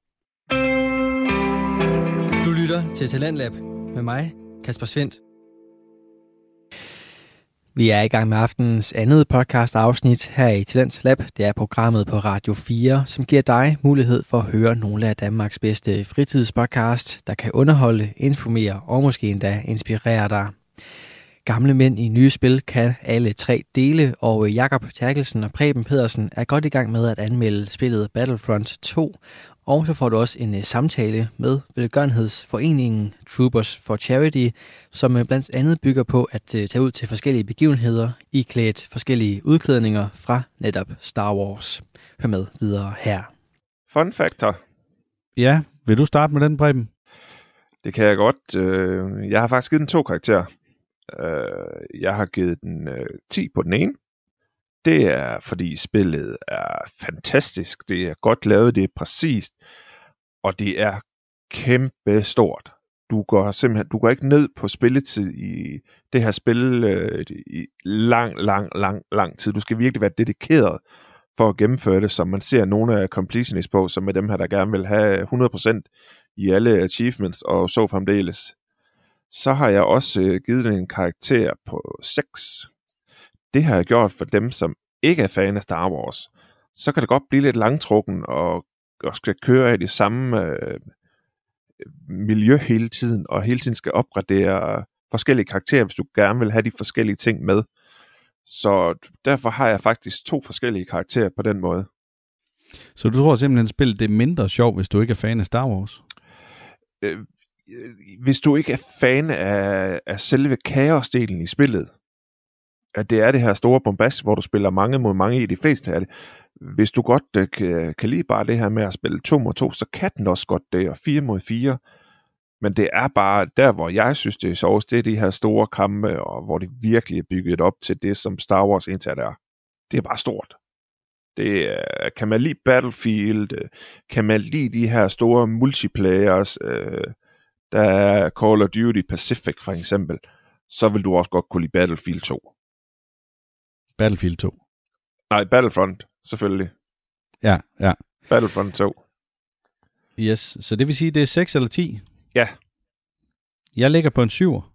[SPEAKER 1] Du lytter til Talentlab med mig, Kasper Svendt. Vi er i gang med aftenens andet podcast-afsnit her i Talentlab. Det er programmet på Radio fire, som giver dig mulighed for at høre nogle af Danmarks bedste fritidspodcast, der kan underholde, informere og måske endda inspirere dig. Gamle mænd i nye spil kan alle tre dele, og Jakob Terkelsen og Preben Pedersen er godt i gang med at anmelde spillet Battlefront to. Og så får du også en samtale med velgørenhedsforeningen Troopers for Charity, som blandt andet bygger på at tage ud til forskellige begivenheder, iklædt forskellige udklædninger fra netop Star Wars. Hør med videre her.
[SPEAKER 6] Fun factor.
[SPEAKER 7] Ja, vil du starte med den, Preben?
[SPEAKER 6] Det kan jeg godt. Jeg har faktisk givet den to karakterer. Jeg har givet den ti på den ene. Det er, fordi spillet er fantastisk. Det er godt lavet, det er præcist, og det er kæmpe stort. Du går simpelthen, du går ikke ned på spilletid i det her spil øh, i lang, lang, lang, lang tid. Du skal virkelig være dedikeret for at gennemføre det, som man ser nogle af completionists på, som er dem her, der gerne vil have hundrede procent i alle achievements og så fremdeles. Så har jeg også øh, givet den en karakter på seks. Det har jeg gjort for dem, som ikke er fan af Star Wars. Så kan det godt blive lidt langtrukken og, og skal køre i det samme øh, miljø hele tiden, og hele tiden skal opgradere forskellige karakterer, hvis du gerne vil have de forskellige ting med. Så derfor har jeg faktisk to forskellige karakterer på den måde.
[SPEAKER 7] Så du tror simpelthen, at spillet det er mindre sjovt, hvis du ikke er fan af Star Wars?
[SPEAKER 6] Øh, hvis du ikke er fan af, af selve kaosdelen i spillet, at det er det her store bombast, hvor du spiller mange mod mange i de fleste af det. Hvis du godt uh, kan, kan lide bare det her med at spille to mod to, så kan den også godt det, og fire mod fire. Men det er bare der, hvor jeg synes, det er sjovest, det er de her store kampe, og hvor det virkelig er bygget op til det, som Star Wars indtaget er. Det er bare stort. Det er, kan man lide Battlefield, kan man lide de her store multiplayers, uh, der er Call of Duty Pacific for eksempel, så vil du også godt kunne lide Battlefield to.
[SPEAKER 7] Battlefield to.
[SPEAKER 6] Nej, Battlefront, selvfølgelig.
[SPEAKER 7] Ja, ja.
[SPEAKER 6] Battlefront to.
[SPEAKER 7] Yes, så det vil sige, det er seks eller ti?
[SPEAKER 6] Ja.
[SPEAKER 7] Jeg ligger på en syver.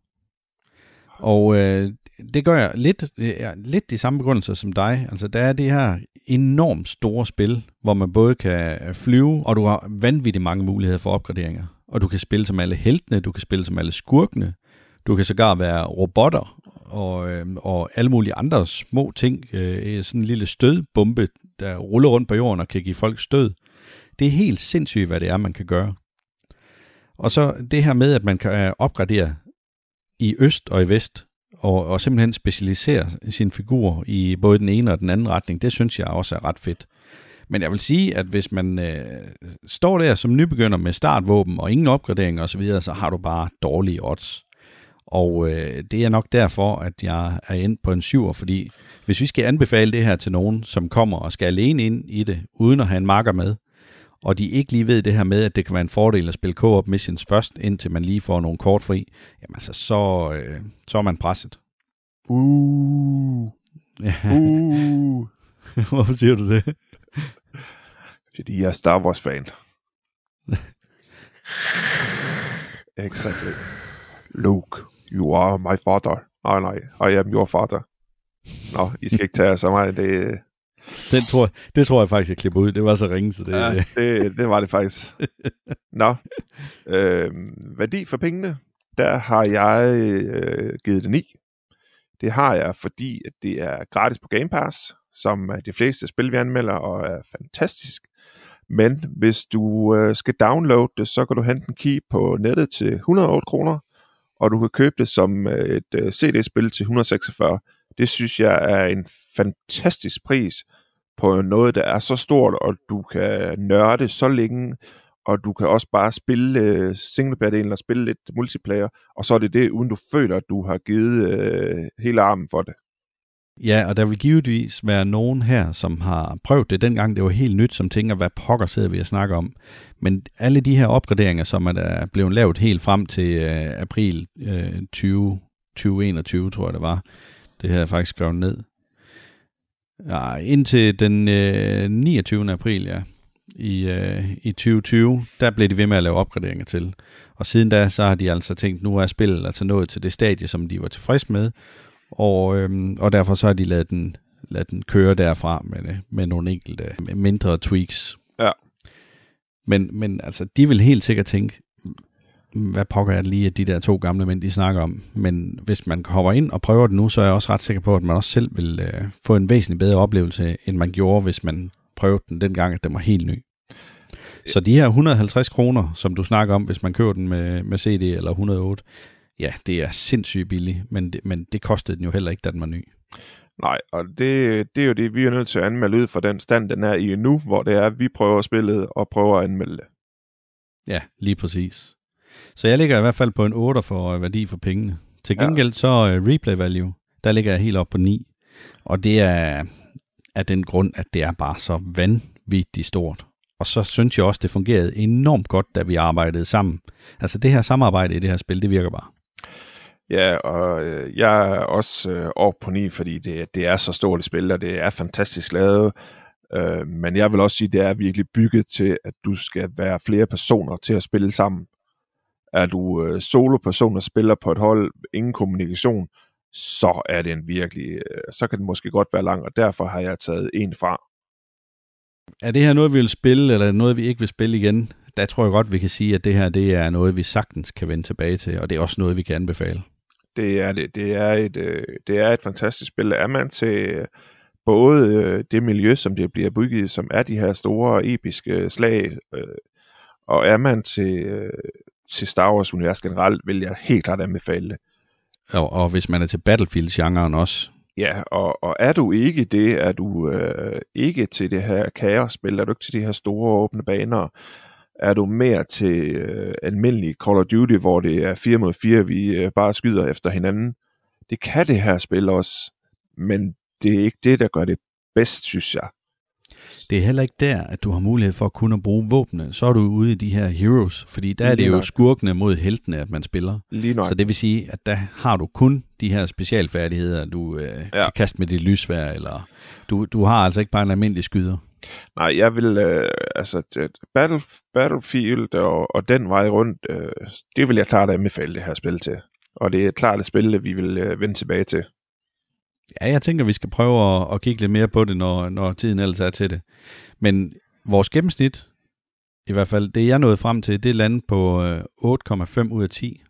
[SPEAKER 7] Og øh, det gør jeg lidt, ja, lidt de samme begrundelser som dig. Altså, der er det her enormt store spil, hvor man både kan flyve, og du har vanvittigt mange muligheder for opgraderinger. Og du kan spille som alle heltene, du kan spille som alle skurkene, du kan sågar være robotter, og, øh, og alle mulige andre små ting. Øh, sådan en lille stødbombe, der ruller rundt på jorden og kan give folk stød. Det er helt sindssygt, hvad det er, man kan gøre. Og så det her med, at man kan opgradere i øst og i vest, og, og simpelthen specialisere sin figur i både den ene og den anden retning, det synes jeg også er ret fedt. Men jeg vil sige, at hvis man øh, står der som nybegynder med startvåben og ingen opgraderinger osv., så har du bare dårlige odds. Og øh, det er nok derfor, at jeg er endt på en syver, fordi hvis vi skal anbefale det her til nogen, som kommer og skal alene ind i det, uden at have en makker med, og de ikke lige ved det her med, at det kan være en fordel at spille co-op missions først, indtil man lige får nogle kort fri, jamen altså, så, øh, så er man presset.
[SPEAKER 6] Uh. Uh.
[SPEAKER 7] Hvorfor siger du det?
[SPEAKER 6] Fordi jeg er Star Wars-fan. Exactly. Luke, you are my father. Nej, nej, I am your father. Nå, I skal ikke tage så meget. Det,
[SPEAKER 7] Den tror, det tror jeg faktisk, jeg klipper ud. Det var så ringe, så det...
[SPEAKER 6] ja, det, det var det faktisk. Nå, øh, værdi for pengene, der har jeg øh, givet det ni. Det har jeg, fordi at det er gratis på Game Pass, som de fleste spil, vi anmelder, og er fantastisk. Men hvis du øh, skal downloade det, så kan du hente en key på nettet til hundrede og otte kroner, og du kan købe det som et øh, C D-spil til et hundrede og seksogfyrre. Det synes jeg er en fantastisk pris på noget, der er så stort, og du kan nørde så længe, og du kan også bare spille øh, singleplayer-delen og spille lidt multiplayer, og så er det det, uden du føler, at du har givet øh, hele armen for det.
[SPEAKER 7] Ja, og der vil givetvis være nogen her, som har prøvet det dengang, det var helt nyt, som tænker, hvad pokker sidder vi at snakke om. Men alle de her opgraderinger, som er der blevet lavet helt frem til øh, april øh, tyve enogtyve, tror jeg det var, det havde jeg faktisk skrevet ned. Ja, indtil den øh, niogtyvende april, ja, i, øh, i tyve tyve, der blev de ved med at lave opgraderinger til. Og siden da, så har de altså tænkt, nu er spillet altså nået til det stadie, som de var tilfreds med, og, øhm, og derfor så har de ladet den, ladet den køre derfra med, med nogle enkelte mindre tweaks.
[SPEAKER 6] Ja.
[SPEAKER 7] Men, men altså, de vil helt sikkert tænke, hvad pokker jeg lige, at de der to gamle mænd, de snakker om. Men hvis man hopper ind og prøver det nu, så er jeg også ret sikker på, at man også selv vil øh, få en væsentlig bedre oplevelse, end man gjorde, hvis man prøvede den dengang, at den var helt ny. Så de her et hundrede og halvtreds kroner, som du snakker om, hvis man køber den med, med C D eller et hundrede og otte, ja, det er sindssygt billigt, men det, men det kostede den jo heller ikke, da den var ny.
[SPEAKER 6] Nej, og det, det er jo det, vi er nødt til at anmelde ud fra den stand, den er i nu, hvor det er, at vi prøver spillet og prøver at anmelde det.
[SPEAKER 7] Ja, lige præcis. Så jeg ligger i hvert fald på en otter for værdi for pengene. Til gengæld ja. så uh, replay value, der ligger jeg helt op på ni. Og det er af den grund, at det er bare så vanvittigt stort. Og så synes jeg også, det fungerede enormt godt, da vi arbejdede sammen. Altså det her samarbejde i det her spil, det virker bare.
[SPEAKER 6] Ja, og øh, jeg er også øh, oppe på ni, fordi det, det er så stort et spil, og det er fantastisk lavet. Øh, men jeg vil også sige, at det er virkelig bygget til, at du skal være flere personer til at spille sammen. Er du øh, solo-person og spiller på et hold, ingen kommunikation, så er det en virkelig, øh, så kan det måske godt være lang, og derfor har jeg taget en fra.
[SPEAKER 7] Er det her noget, vi vil spille, eller noget, vi ikke vil spille igen? Der tror jeg godt, vi kan sige, at det her det er noget, vi sagtens kan vende tilbage til, og det er også noget, vi kan anbefale. Det er det. Det er et, øh, det er et fantastisk spil. Er man til øh, både øh, det miljø, som det bliver bygget, som er de her store, episke slag, øh, og er man til, øh, til Star Wars univers generelt, vil jeg helt klart anbefale det. Og, og hvis man er til Battlefield-genren også. Ja, og, og er du ikke det, er du øh, ikke til det her kaos-spil, er du ikke til de her store åbne baner, er du mere til øh, almindelig Call of Duty, hvor det er fire mod fire, vi øh, bare skyder efter hinanden. Det kan det her spil også, men det er ikke det, der gør det bedst, synes jeg. Det er heller ikke der, at du har mulighed for at kunne bruge våbne. Så er du ude i de her heroes, fordi der er det jo skurkene mod heltene, at man spiller. Så det vil sige, at der har du kun de her specialfærdigheder, du øh, ja. kan kaste med dit lysvær, eller du, du har altså ikke bare en almindelig skyder. Nej, jeg vil, øh, altså, Battle, Battlefield og, og den vej rundt, øh, det vil jeg klart anbefale det her spil til. Og det er klart et spil, vi vil øh, vende tilbage til. Ja, jeg tænker, vi skal prøve at, at kigge lidt mere på det, når, når tiden ellers er til det. Men vores gennemsnit, i hvert fald det jeg nåede frem til, det lander på øh, otte komma fem ud af ti.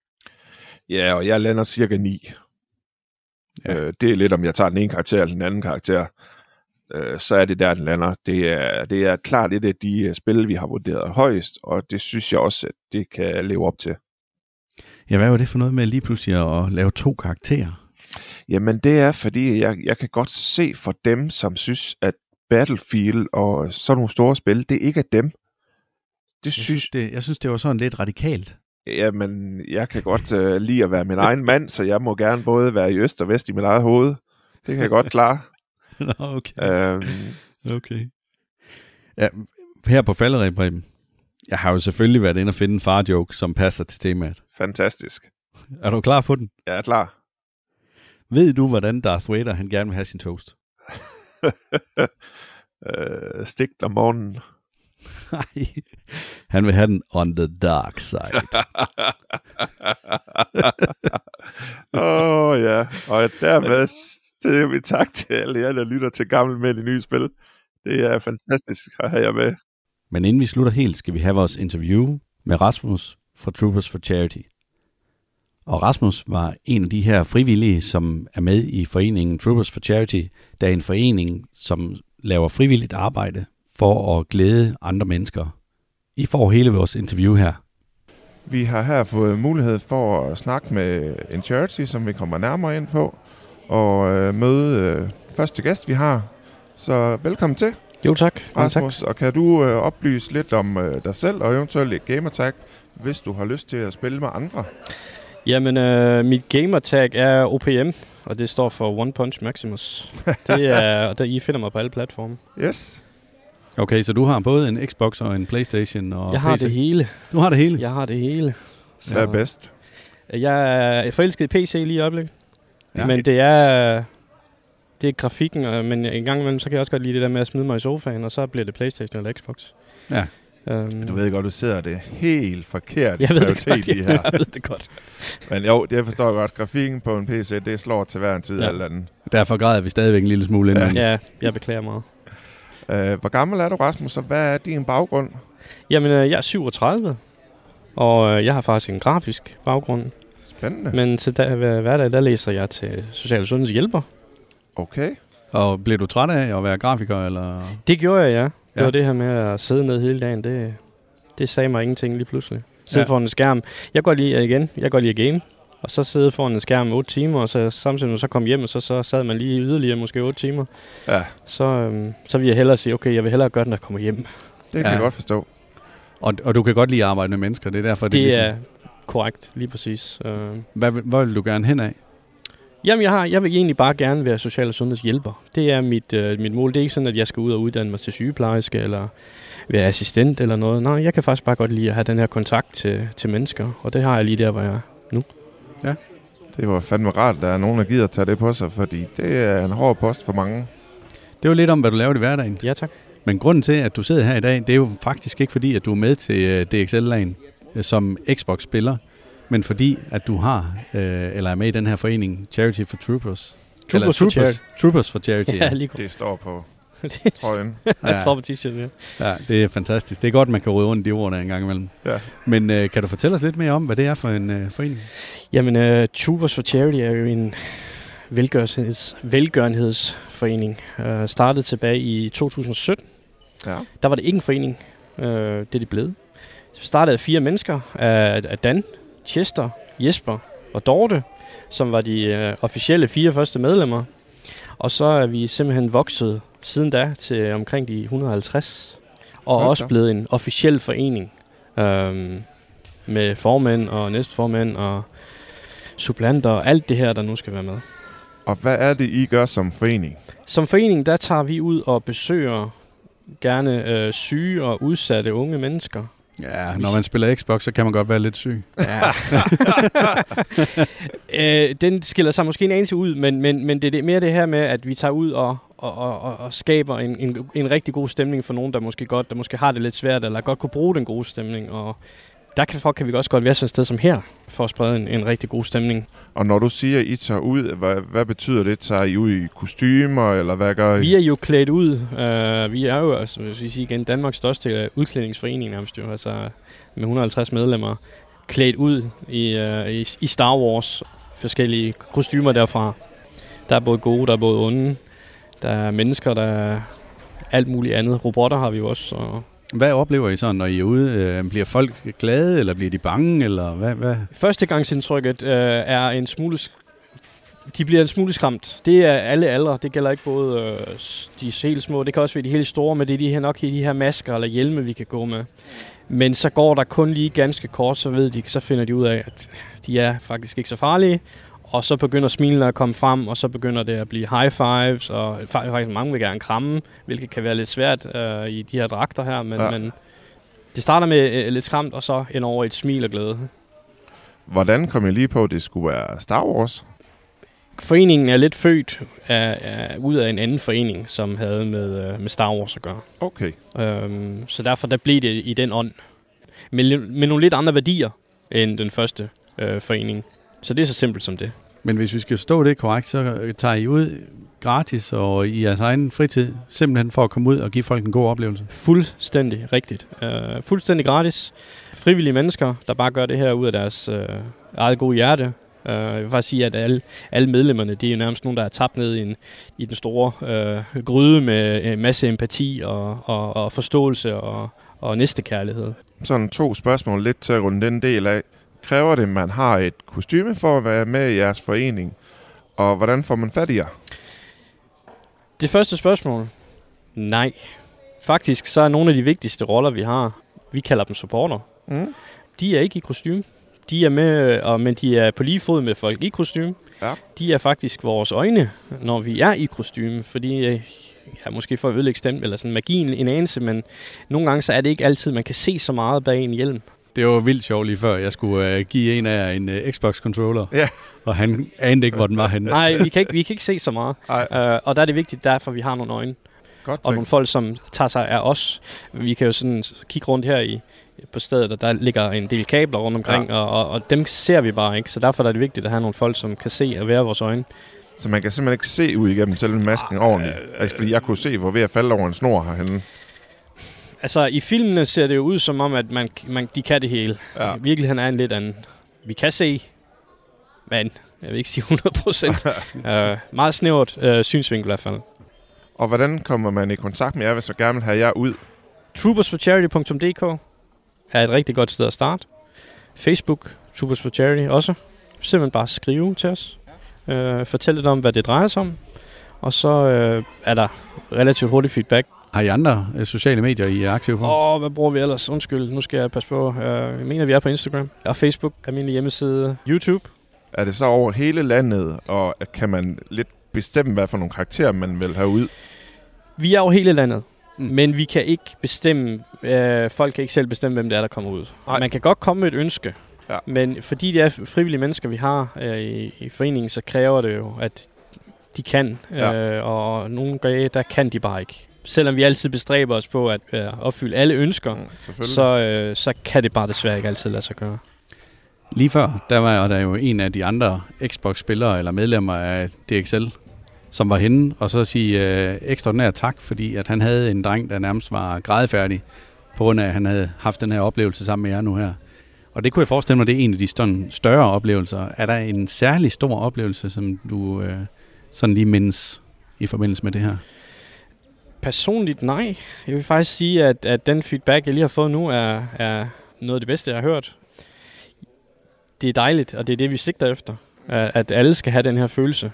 [SPEAKER 7] Ja, og jeg lander cirka ni. Ja. Øh, det er lidt, om jeg tager den ene karakter eller den anden karakter. Så er det der, den lander. Det er, det er klart et af de spil, vi har vurderet højst, og det synes jeg også, at det kan leve op til. Ja, hvad var det for noget med lige pludselig at lave to karakterer? Jamen, det er, fordi jeg, jeg kan godt se for dem, som synes, at Battlefield og sådan nogle store spil, det ikke er dem. Det jeg, synes, synes det, jeg synes, det var sådan lidt radikalt. Jamen, jeg kan godt uh, lide at være min egen mand, så jeg må gerne både være i øst og vest i mit eget hoved. Det kan jeg godt klare. Nå, okay. Um, okay. Ja, her på Falderæb, Preben, jeg har jo selvfølgelig været inde og finde en far-joke, som passer til temaet. Fantastisk. Er du klar på den? Jeg er klar. Ved du, hvordan Darth Vader han gerne vil have sin toast? uh, Stigt om morgenen. Nej, han vil have den on the dark side. Åh oh, ja, og dermed siger vi tak til alle jer, der lytter til Gamle Mænd i Nye Spil. Det er fantastisk at have jer med. Men inden vi slutter helt, skal vi have vores interview med Rasmus fra Troopers for Charity. Og Rasmus var en af de her frivillige, som er med i foreningen Troopers for Charity. Der er en forening, som laver frivilligt arbejde for at glæde andre mennesker. I får hele vores interview her. Vi har her fået mulighed for at snakke med en charity, som vi kommer nærmere ind på, og øh, møde øh, første gæst, vi har. Så velkommen til. Jo tak. Rasmus, tak. Og kan du øh, oplyse lidt om øh, dig selv og eventuelt et gamertag, hvis du har lyst til at spille med andre?
[SPEAKER 9] Jamen, øh, mit gamertag er O P M, og det står for One Punch Maximus. Det er, der I finder mig på alle platforme. Yes.
[SPEAKER 7] Okay, så du har både en Xbox og en PlayStation og
[SPEAKER 9] Jeg har
[SPEAKER 7] P C?
[SPEAKER 9] det hele.
[SPEAKER 7] Du har det hele?
[SPEAKER 9] Jeg har det hele.
[SPEAKER 7] Så hvad er bedst?
[SPEAKER 9] Jeg er forelsket i P C lige i øjeblikket. Ja. Men det er, det er grafikken, og, men en gang imellem, så kan jeg også godt lide det der med at smide mig i sofaen, og så bliver det PlayStation eller Xbox. Ja. Um,
[SPEAKER 6] du ved godt, du sidder det helt forkert
[SPEAKER 9] jeg ved det godt, lige her. Jeg ved det godt.
[SPEAKER 6] Men jo, det forstår jeg godt. Grafikken på en P C, det slår til hver en tid. Ja. Eller anden.
[SPEAKER 7] Derfor græder vi stadigvæk en lille smule inden.
[SPEAKER 9] Ja, jeg beklager meget.
[SPEAKER 6] Uh, hvor gammel er du, Rasmus, og hvad er din baggrund?
[SPEAKER 9] Jamen, uh, jeg er syvogtredive. Og øh, jeg har faktisk en grafisk baggrund.
[SPEAKER 6] Spændende.
[SPEAKER 9] Men til da, hver, hverdag, der læser jeg til social- og sundhedshjælper.
[SPEAKER 6] Okay.
[SPEAKER 7] Og blev du træt af at være grafiker, eller?
[SPEAKER 9] Det gjorde jeg, ja. Det
[SPEAKER 7] ja.
[SPEAKER 9] var det her med at sidde ned hele dagen. Det, det sagde mig ingenting lige pludselig. Sidde ja. foran en skærm. Jeg går lige igen. Jeg går lige at game. Og så sidde foran en skærm otte timer, og så samtidig når så kom hjem, og så, så sad man lige yderligere måske otte timer.
[SPEAKER 6] Ja.
[SPEAKER 9] Så, øhm, så vil jeg hellere sige, okay, jeg vil hellere gøre det, når jeg kommer hjem.
[SPEAKER 6] Det kan ja. jeg godt forstå.
[SPEAKER 7] Og, og du kan godt lide at arbejde med mennesker, det er derfor, det,
[SPEAKER 9] det
[SPEAKER 7] er ligesom...
[SPEAKER 9] er korrekt, lige præcis. Uh...
[SPEAKER 7] Hvad, hvad vil du gerne hen af?
[SPEAKER 9] Jamen, jeg, har, jeg vil egentlig bare gerne være social- og sundhedshjælper. Det er mit, øh, mit mål. Det er ikke sådan, at jeg skal ud og uddanne mig til sygeplejerske, eller være assistent eller noget. Nej, jeg kan faktisk bare godt lide at have den her kontakt til, til mennesker, og det har jeg lige der, hvor jeg er nu.
[SPEAKER 6] Ja, det var fandme rart, at der er nogen, der gider at tage det på sig, fordi det er en hård post for mange.
[SPEAKER 7] Det var lidt om, hvad du laver i hverdagen.
[SPEAKER 9] Ja, tak.
[SPEAKER 7] Men grunden til, at du sidder her i dag, det er jo faktisk ikke fordi, at du er med til D X L-lagen som Xbox-spiller, men fordi, at du har, øh, eller er med i den her forening, Charity for Troopers.
[SPEAKER 9] Troopers,
[SPEAKER 7] Troopers,
[SPEAKER 9] for, charity.
[SPEAKER 7] Troopers for Charity.
[SPEAKER 9] Ja, lige
[SPEAKER 6] det står på trøjen.
[SPEAKER 9] Ja, det står på t-shirten, ja.
[SPEAKER 7] Ja, det er fantastisk. Det er godt, man kan rode rundt de ord der en gang imellem.
[SPEAKER 6] Ja.
[SPEAKER 7] Men øh, kan du fortælle os lidt mere om, hvad det er for en øh, forening?
[SPEAKER 9] Jamen, uh, Troopers for Charity er jo en velgørenheds, velgørenhedsforening. Uh, startede tilbage i to tusind og sytten.
[SPEAKER 6] Ja.
[SPEAKER 9] Der var det ikke en forening. Uh, det er det blevet. Så startede af fire mennesker. Af, af Dan, Chester, Jesper og Dorte, som var de uh, officielle fire første medlemmer. Og så er vi simpelthen vokset siden da til omkring de et hundrede og halvtreds. Og okay. også blevet en officiel forening. Um, med formænd og næstformænd og supplanter og alt det her, der nu skal være med.
[SPEAKER 6] Og hvad er det, I gør som forening?
[SPEAKER 9] Som forening, der tager vi ud og besøger gerne øh, syge og udsatte unge mennesker.
[SPEAKER 7] Ja, når man spiller Xbox, så kan man godt være lidt syg.
[SPEAKER 9] Ja. øh, den skiller sig måske en anelse ud, men, men, men det er mere det her med, at vi tager ud og, og, og, og skaber en, en, en rigtig god stemning for nogen, der måske godt, der måske har det lidt svært, eller godt kunne bruge den gode stemning. Og der kan, kan vi også godt være sådan et sted som her, for at sprede en, en rigtig god stemning.
[SPEAKER 6] Og når du siger, at I tager ud, hvad, hvad betyder det? Tager I ud i kostymer, eller hvad gør I?
[SPEAKER 9] Vi er jo klædt ud. Uh, vi er jo, altså, hvis vi siger igen, Danmarks største udklædningsforening nærmest jo, altså med et hundrede og halvtreds medlemmer, klædt ud i, uh, i, i Star Wars. Forskellige kostymer derfra. Der er både gode, der er både onde. Der er mennesker, der er alt muligt andet. Robotter har vi jo også, og
[SPEAKER 7] hvad oplever I så, når I er ude? Øh, bliver folk glade, eller bliver de bange, eller hvad? hvad?
[SPEAKER 9] Førstegangsindtrykket øh, er en smule... De bliver en smule skræmt. Det er alle aldre. Det gælder ikke både øh, de helt små. Det kan også være de helt store, men det er de her, nok de her masker eller hjelme, vi kan gå med. Men så går der kun lige ganske kort, så ved de, så finder de ud af, at de er faktisk ikke så farlige. Og så begynder smilene at komme frem, og så begynder det at blive high fives, og faktisk mange vil gerne kramme, hvilket kan være lidt svært øh, i de her dragter her, men, ja. men det starter med øh, lidt skræmt, og så ind over et smil og glæde.
[SPEAKER 6] Hvordan kom I lige på, at det skulle være Star Wars?
[SPEAKER 9] Foreningen er lidt født af, af, ud af en anden forening, som havde med, øh, med Star Wars at gøre.
[SPEAKER 6] Okay.
[SPEAKER 9] Øhm, så derfor der blev det i den ånd. Med, med nogle lidt andre værdier end den første øh, forening. Så det er så simpelt som det.
[SPEAKER 7] Men hvis vi skal forstå det korrekt, så tager I ud gratis og i jeres egen fritid, simpelthen for at komme ud og give folk en god oplevelse?
[SPEAKER 9] Fuldstændig rigtigt. Uh, fuldstændig gratis. Frivillige mennesker, der bare gør det her ud af deres uh, eget gode hjerte. Uh, jeg vil faktisk sige, at alle, alle medlemmerne, det er jo nærmest nogen, der er tabt ned i, en, i den store uh, gryde med en masse empati og, og, og forståelse og, og næstekærlighed. Sådan
[SPEAKER 6] to spørgsmål lidt til at runde den del af. Kræver det, at man har et kostyme for at være med i jeres forening? Og hvordan får man fat i jer?
[SPEAKER 9] Det første spørgsmål? Nej. Faktisk så er nogle af de vigtigste roller, vi har, vi kalder dem supporter. Mm. De er ikke i kostume. De er med, og, men de er på lige fod med folk i kostume. Ja. De er faktisk vores øjne, når vi er i kostume. Fordi, ja, måske for at ødelægge stemmen, eller sådan magien en anelse, men nogle gange så er det ikke altid, man kan se så meget bag en hjelm.
[SPEAKER 7] Det var vildt sjovt lige før. Jeg skulle uh, give en af jer en uh, Xbox-controller, ja. Og han anede ikke, hvor den var henne.
[SPEAKER 9] Nej, vi kan ikke, vi kan ikke se så meget. Uh, og der er det vigtigt, derfor vi har nogle øjne.
[SPEAKER 6] Godt
[SPEAKER 9] og nogle folk, som tager sig af os. Vi kan jo sådan kigge rundt her i, på stedet, og der ligger en del kabler rundt omkring, ja. og, og, og dem ser vi bare ikke. Så derfor er det vigtigt at have nogle folk, som kan se og være vores øjne.
[SPEAKER 6] Så man kan simpelthen ikke se ud igennem selve masken ah, ordentligt? Altså, fordi jeg kunne se, hvor ved at falde over en snor herhenne.
[SPEAKER 9] Altså, i filmene ser det jo ud som om, at man, man, de kan det hele.
[SPEAKER 6] Ja.
[SPEAKER 9] I virkeligheden er en lidt anden. Vi kan se, men jeg vil ikke sige hundrede procent. uh, meget snævert uh, synsvinkel i hvert fald.
[SPEAKER 6] Og hvordan kommer man i kontakt med jer, hvis man gerne vil have jer ud?
[SPEAKER 9] troopers for charity punktum d k er et rigtig godt sted at starte. Facebook, Troopers for Charity også. Simpelthen bare skrive til os. Uh, fortæl lidt om, hvad det drejer sig om. Og så uh, er der relativt hurtig feedback.
[SPEAKER 7] Har I andre uh, sociale medier, I er aktive på?
[SPEAKER 9] Åh, oh, hvad bruger vi ellers? Undskyld, nu skal jeg passe på. Uh, jeg mener, vi er på Instagram og Facebook, almindelig hjemmeside, YouTube.
[SPEAKER 6] Er det så over hele landet, og kan man lidt bestemme, hvad for nogle karakterer man vil have ud?
[SPEAKER 9] Vi er over hele landet,
[SPEAKER 7] mm.
[SPEAKER 9] men vi kan ikke bestemme, øh, folk kan ikke selv bestemme, hvem det er, der kommer ud. Nej. Man kan godt komme med et ønske, ja. Men fordi det er frivillige mennesker, vi har øh, i, i foreningen, så kræver det jo, at de kan, ja. øh, og nogle gange, der kan de bare ikke. Selvom vi altid bestræber os på at øh, opfylde alle ønsker, ja, så, øh, så kan det bare desværre ikke altid lade sig gøre.
[SPEAKER 7] Lige før, der var der jo en af de andre Xbox-spillere eller medlemmer af D X L, som var henne, og så sige øh, ekstraordinær tak, fordi at han havde en dreng, der nærmest var grædefærdig, på grund af, at han havde haft den her oplevelse sammen med jer nu her. Og det kunne jeg forestille mig, det er en af de sådan større oplevelser. Er der en særlig stor oplevelse, som du øh, sådan lige mindes i forbindelse med det her?
[SPEAKER 9] Personligt nej. Jeg vil faktisk sige, at, at den feedback, jeg lige har fået nu, er, er noget af det bedste, jeg har hørt. Det er dejligt, og det er det, vi sigter efter. At alle skal have den her følelse.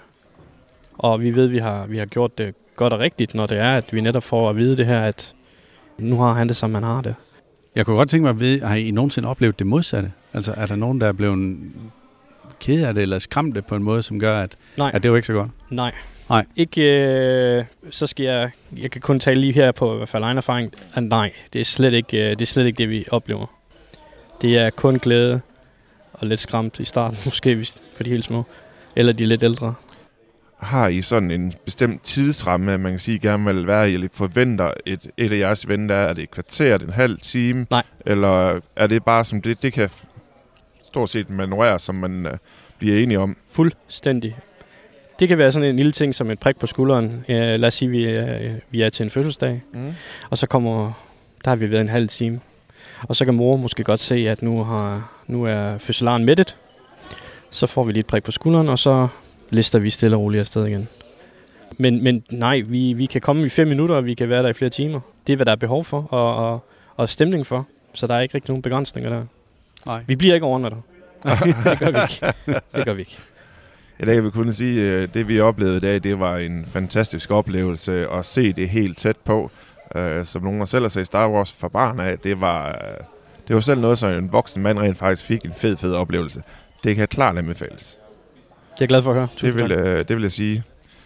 [SPEAKER 9] Og vi ved, at vi har, vi har gjort det godt og rigtigt, når det er, at vi netop får at vide det her, at nu har han det, som man har det.
[SPEAKER 7] Jeg kunne godt tænke mig at vide, har I nogensinde oplevet det modsatte? Altså er der nogen, der er blevet ked af det, eller skræmte på en måde, som gør, at, at det var ikke så godt?
[SPEAKER 9] Nej.
[SPEAKER 7] Nej.
[SPEAKER 9] Ikke, øh, så skal jeg, jeg kan kun tale lige her på i hvert fald egen erfaring, at nej, det er slet ikke, det er slet ikke det, vi oplever. Det er kun glæde og lidt skræmt i starten, måske for de helt små, eller de lidt ældre.
[SPEAKER 6] Har I sådan en bestemt tidsramme, at man kan sige, gerne vil være, eller forventer et, et af jeres event, er det et kvarter, en halv time?
[SPEAKER 9] Nej.
[SPEAKER 6] Eller er det bare som det, det kan stort set manøvrere, som man uh, bliver enige om?
[SPEAKER 9] Fuldstændig. Det kan være sådan en lille ting som et prik på skulderen. Uh, lad os sige, vi er, vi er til en fødselsdag, mm. og så kommer, der har vi været en halv time. Og så kan mor måske godt se, at nu, har, nu er fødselaren mættet. Så får vi lige et prik på skulderen, og så lister vi stille og roligt afsted igen. Men, men nej, vi, vi kan komme i fem minutter, og vi kan være der i flere timer. Det er, hvad der er behov for, og, og, og stemning for. Så der er ikke rigtig nogen begrænsninger der.
[SPEAKER 7] Nej.
[SPEAKER 9] Vi bliver ikke overnattet. Det gør vi ikke. Det gør vi ikke.
[SPEAKER 6] I dag vil vi kunne sige, at det vi oplevede i dag, det var en fantastisk oplevelse at se det helt tæt på. Uh, som nogen selv har set Star Wars fra barn af, det var, uh, det var selv noget, som en voksen mand rent faktisk fik en fed, fed oplevelse. Det kan klart anbefales.
[SPEAKER 9] Det er jeg glad for at høre.
[SPEAKER 6] Det vil, uh, det vil jeg sige.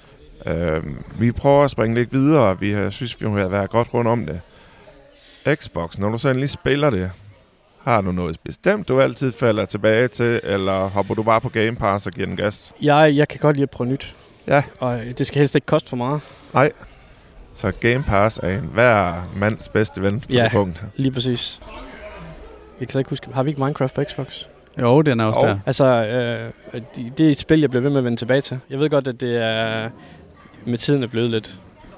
[SPEAKER 6] Uh, vi prøver at springe lidt videre. Vi har, synes, vi har været godt rundt om det. Xbox, når du sådan lige spiller det, har du noget bestemt, du altid falder tilbage til, eller hopper du bare på Game Pass og giver den gas?
[SPEAKER 9] Jeg, jeg kan godt lide at prøve nyt.
[SPEAKER 6] Ja.
[SPEAKER 9] Og det skal helst ikke koste for meget.
[SPEAKER 6] Nej. Så Game Pass er en hver mands bedste ven på
[SPEAKER 9] ja,
[SPEAKER 6] det punkt.
[SPEAKER 9] Lige præcis. Jeg kan så ikke huske, har vi ikke Minecraft på Xbox?
[SPEAKER 7] Jo, den er også oh. der.
[SPEAKER 9] Altså, øh, det er et spil, jeg bliver ved med at vende tilbage til. Jeg ved godt, at det er med tiden er blevet lidt,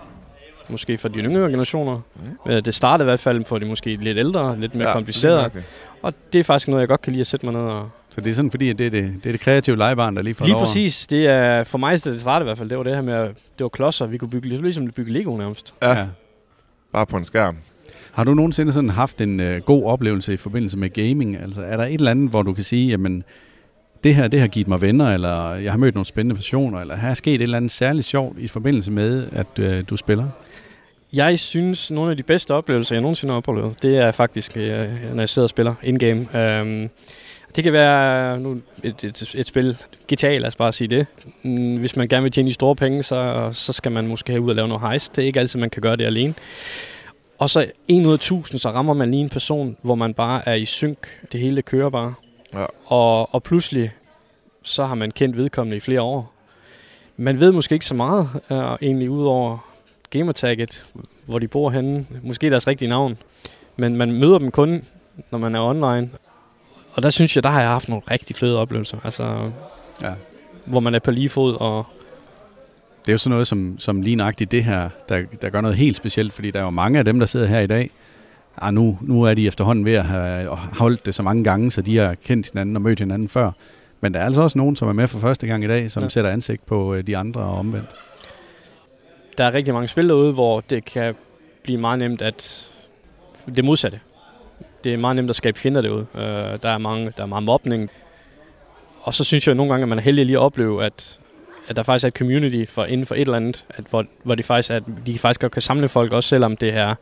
[SPEAKER 9] måske for de yngre generationer. Mm. Det startede i hvert fald for de måske lidt ældre, lidt mere ja, komplicerede. Det og det er faktisk noget, jeg godt kan lide at sætte mig ned og...
[SPEAKER 7] Så det er sådan, fordi det er det, det, er det kreative legebarn, der lige får
[SPEAKER 9] Lige
[SPEAKER 7] over.
[SPEAKER 9] præcis. Det er, for mig, det startede i hvert fald, det var det her med, at det var klodser, vi kunne bygge, lidt ligesom at bygge Lego nærmest.
[SPEAKER 6] Ja, ja. Bare på en skærm.
[SPEAKER 7] Har du nogensinde sådan haft en øh, god oplevelse i forbindelse med gaming? Altså er der et eller andet, hvor du kan sige, jamen det her, det har givet mig venner, eller jeg har mødt nogle spændende personer, eller her er sket et eller andet særligt sjovt i forbindelse med, at øh, du spiller?
[SPEAKER 9] Jeg synes, nogle af de bedste oplevelser, jeg nogensinde har oplevet, det er faktisk, øh, når jeg sidder og spiller in-game. Um, det kan være nu et, et, et spil, G T A, lad os bare sige det. Mm, hvis man gerne vil tjene de store penge, så, så skal man måske have ud og lave noget heist. Det er ikke altid, man kan gøre det alene. Og så en ud af tusind, så rammer man lige en person, hvor man bare er i synk. Det hele kører bare. Ja. Og, og pludselig, så har man kendt vedkommende i flere år. Man ved måske ikke så meget, uh, egentlig ud over gamertagget, hvor de bor henne. Måske deres rigtige navn. Men man møder dem kun, når man er online. Og der synes jeg, der har jeg haft nogle rigtig fede oplevelser. Altså, ja. Hvor man er på lige fod. Og
[SPEAKER 7] det er jo sådan noget som, som lige nøjagtigt det her, der, der gør noget helt specielt. Fordi der er jo mange af dem, der sidder her i dag, ah, nu, nu er de efterhånden ved at have holdt det så mange gange, så de har kendt hinanden og mødt hinanden før. Men der er altså også nogen, som er med for første gang i dag, som ja. sætter ansigt på de andre og omvendt.
[SPEAKER 9] Der er rigtig mange spil derude, hvor det kan blive meget nemt at det modsatte. Det er meget nemt at skabe fjender derude. Uh, der er mange, der er meget mobning. Og så synes jeg nogle gange, at man er heldig lige at opleve, at, at der faktisk er et community for, inden for et eller andet, at, hvor, hvor de faktisk, at de faktisk godt kan samle folk, også selvom det er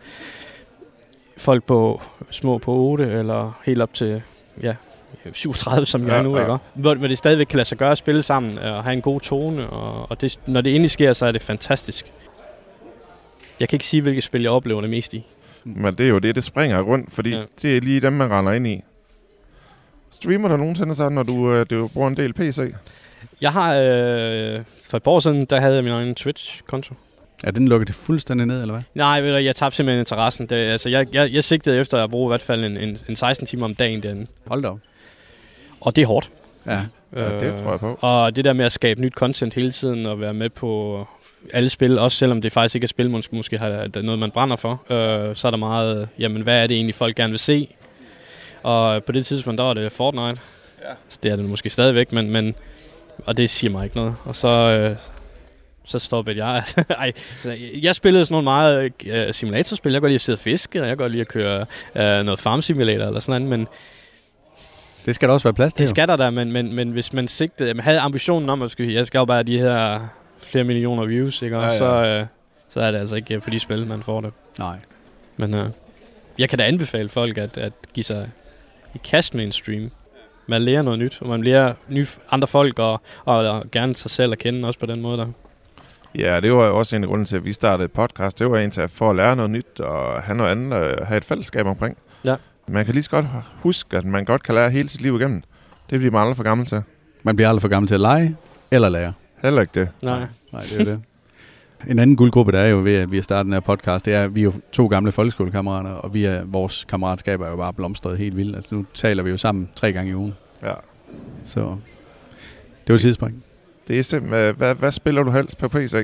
[SPEAKER 9] folk på små på otte, eller helt op til ja, syvogtredive, som jeg ja, er nu, ja. Ikke? Hvor, hvor det stadigvæk kan lade sig gøre at spille sammen, og have en god tone, og, og det, når det endelig sker, så er det fantastisk. Jeg kan ikke sige, hvilket spil jeg oplever det mest i.
[SPEAKER 6] Men det er jo det, det springer rundt, fordi ja. det er lige dem, man render ind i. Streamer der nogensinde sådan, når du, øh, du bruger en del P C?
[SPEAKER 9] Jeg har, øh, for et par år siden, der havde jeg min egen Twitch-konto.
[SPEAKER 7] Er den lukket det fuldstændig ned, eller hvad?
[SPEAKER 9] Nej, jeg tabte simpelthen interessen. Det, altså, jeg, jeg, jeg sigtede efter at bruge i hvert fald en, en, en seksten timer om dagen derinde.
[SPEAKER 7] Hold da op.
[SPEAKER 9] Og det er hårdt.
[SPEAKER 6] Ja, ja det tror jeg på.
[SPEAKER 9] Og det der med at skabe nyt content hele tiden, og være med på alle spil, også selvom det faktisk ikke er spil, man måske har noget, man brænder for, øh, så er der meget, jamen hvad er det egentlig, folk gerne vil se? Og på det tidspunkt, der var det Fortnite. Ja. Så det er det måske stadigvæk, men, men og det siger mig ikke noget. Og så, øh, så stoppede jeg. Ej, jeg spillede sådan nogle meget øh, simulatorspil. Jeg kan godt lide at sidde og fiske, og jeg kan godt lide at køre øh, noget farm simulator eller sådan noget, men
[SPEAKER 7] det skal der også være plads til.
[SPEAKER 9] Det skal der da, men, men, men hvis man sigtede, man havde ambitionen om, at jeg skal jo bare de her flere millioner views, ikke? Og ja, ja. Så, øh, så er det altså ikke på de spil, man får det.
[SPEAKER 7] Nej.
[SPEAKER 9] Men øh, jeg kan da anbefale folk at, at give sig i kast med en stream. Man lærer noget nyt, og man lærer nye andre folk, og, og, og gerne sig selv at kende også på den måde der.
[SPEAKER 6] Ja, det var også en af grunden til, at vi startede et podcast. Det var en til at få at lære noget nyt, og have noget andet, og have et fællesskab omkring.
[SPEAKER 9] Ja.
[SPEAKER 6] Man kan lige så godt huske, at man godt kan lære hele sit liv igennem. Det bliver man aldrig for gammel til.
[SPEAKER 7] Man bliver aldrig for gammel til at lege eller lære.
[SPEAKER 6] Heller ikke det.
[SPEAKER 9] Nej.
[SPEAKER 7] Nej, det er det. En anden guldgruppe, der er jo ved, at vi har startet den her podcast, det er, at vi er jo to gamle folkeskolekammerater, og vi er, vores kammeratskaber er jo bare blomstret helt vildt. Altså nu taler vi jo sammen tre gange i ugen.
[SPEAKER 6] Ja.
[SPEAKER 7] Så det var et tidsspring.
[SPEAKER 6] Det er simpelthen, hvad, hvad spiller du helst på P C?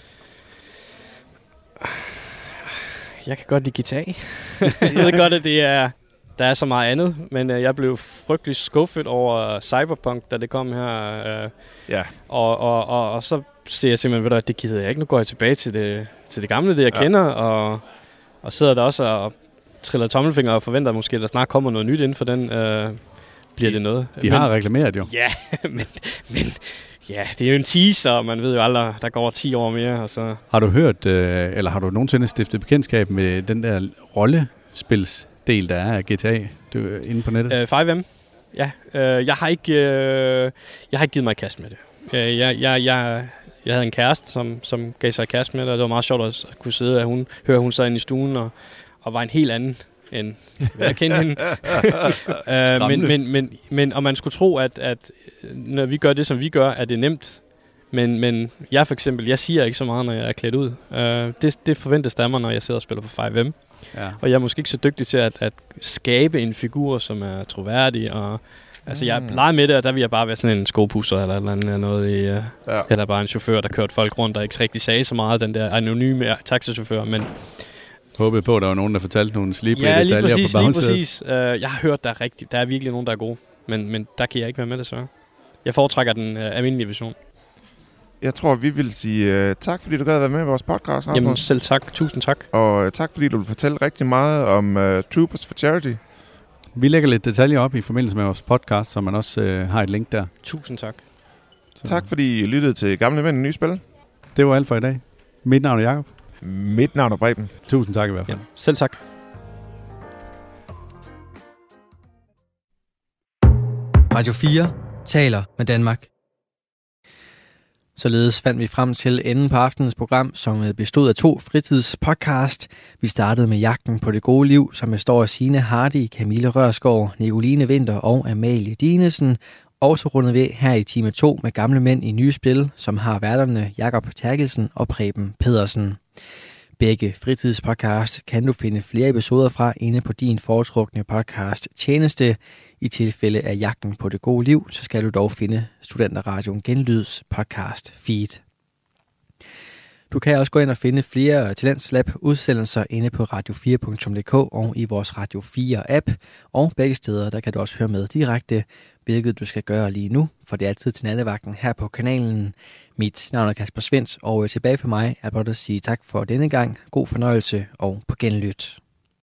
[SPEAKER 9] Jeg kan godt lide guitar. Jeg ved godt, at det er, der er så meget andet, men øh, jeg blev frygtelig skuffet over Cyberpunk, da det kom her. Øh,
[SPEAKER 6] ja.
[SPEAKER 9] Og, og, og, og så siger jeg simpelthen, ved du, at det gider jeg ikke. Nu går jeg tilbage til det, til det gamle, det jeg ja. kender, og, og sidder der også og triller tommelfinger og forventer måske, at der snart kommer noget nyt inden for den. Øh, bliver
[SPEAKER 7] de,
[SPEAKER 9] det noget?
[SPEAKER 7] De men, har reklameret jo.
[SPEAKER 9] Ja, men, men ja, det er jo en teaser, og man ved jo aldrig, der går ti år mere. Og så.
[SPEAKER 7] Har du hørt, øh, eller har du nogensinde stiftet bekendtskab med den der rollespilsdel, der er af G T A du, inde på nettet?
[SPEAKER 9] Øh, fem M, ja. Øh, jeg, har ikke, øh, jeg har ikke givet mig i kast med det. Øh, jeg, jeg, jeg, jeg havde en kæreste, som, som gav sig i kast med det, og det var meget sjovt at kunne sidde, at hun høre, hun sad inde i stuen og, og var en helt anden end jeg kendte hende. øh, men, men, men, men, og man skulle tro, at, at når vi gør det, som vi gør, er det nemt. Men, men jeg for eksempel, jeg siger ikke så meget, når jeg er klædt ud. Øh, det, det forventes der mig, når jeg sidder og spiller på fem M. Ja. Og jeg er måske ikke så dygtig til at, at skabe en figur, som er troværdig. Og, altså, jeg leger med det, og der vil jeg bare være sådan en skopusser eller, eller andet, noget i, uh, ja. Eller bare en chauffør, der kørte folk rundt, der ikke rigtig sagde så meget, den der anonyme taxichauffør, men
[SPEAKER 7] håbede på, at der var nogen, der fortalte nogle slibrige
[SPEAKER 9] ja,
[SPEAKER 7] detaljer
[SPEAKER 9] præcis,
[SPEAKER 7] på bagsædet.
[SPEAKER 9] Ja, lige præcis. Uh, jeg har hørt, der er, rigtig, der er virkelig nogen, der er gode, men, men der kan jeg ikke være med, desværre. Jeg foretrækker den uh, almindelige version.
[SPEAKER 6] Jeg tror, vi vil sige uh, tak, fordi du gad at være med i vores podcast. Rasmus.
[SPEAKER 9] Jamen selv tak. Tusind tak.
[SPEAKER 6] Og uh, tak, fordi du vil fortælle rigtig meget om uh, Troopers for Charity.
[SPEAKER 7] Vi lægger lidt detaljer op i forbindelse med vores podcast, så man også uh, har et link der.
[SPEAKER 9] Tusind tak.
[SPEAKER 6] Så. Tak, fordi I lyttede til Gamle Mænd i Nye Spil.
[SPEAKER 7] Det var alt for i dag. Mit navn er Jakob.
[SPEAKER 6] Mit navn er Preben.
[SPEAKER 7] Tusind tak i hvert fald.
[SPEAKER 9] Ja, selv tak.
[SPEAKER 1] Radio fire taler med Danmark. Således fandt vi frem til enden på aftenens program, som bestod af to fritidspodcast. Vi startede med Jagten på det gode liv, som består af Signe Hardy, Camille Rørsgaard, Nicoline Winther og Amalie Dinesen. Og så rundede vi her i time to med Gamle Mænd i Nye Spil, som har værterne Jakob Terkelsen og Preben Pedersen. Begge fritidspodcast kan du finde flere episoder fra inde på din foretrukne podcast tjeneste. I tilfælde af Jagten på det gode liv, så skal du dog finde Studenterradioen Genlyds podcast feed. Du kan også gå ind og finde flere Talents Lab udsendelser inde på radio fire punktum d k og i vores Radio fire app. Og begge steder, der kan du også høre med direkte, hvilket du skal gøre lige nu, for det er altid til nattevagten her på kanalen. Mit navn er Kasper Svendt, og tilbage for mig er blot at sige tak for denne gang. God fornøjelse og på genlyt.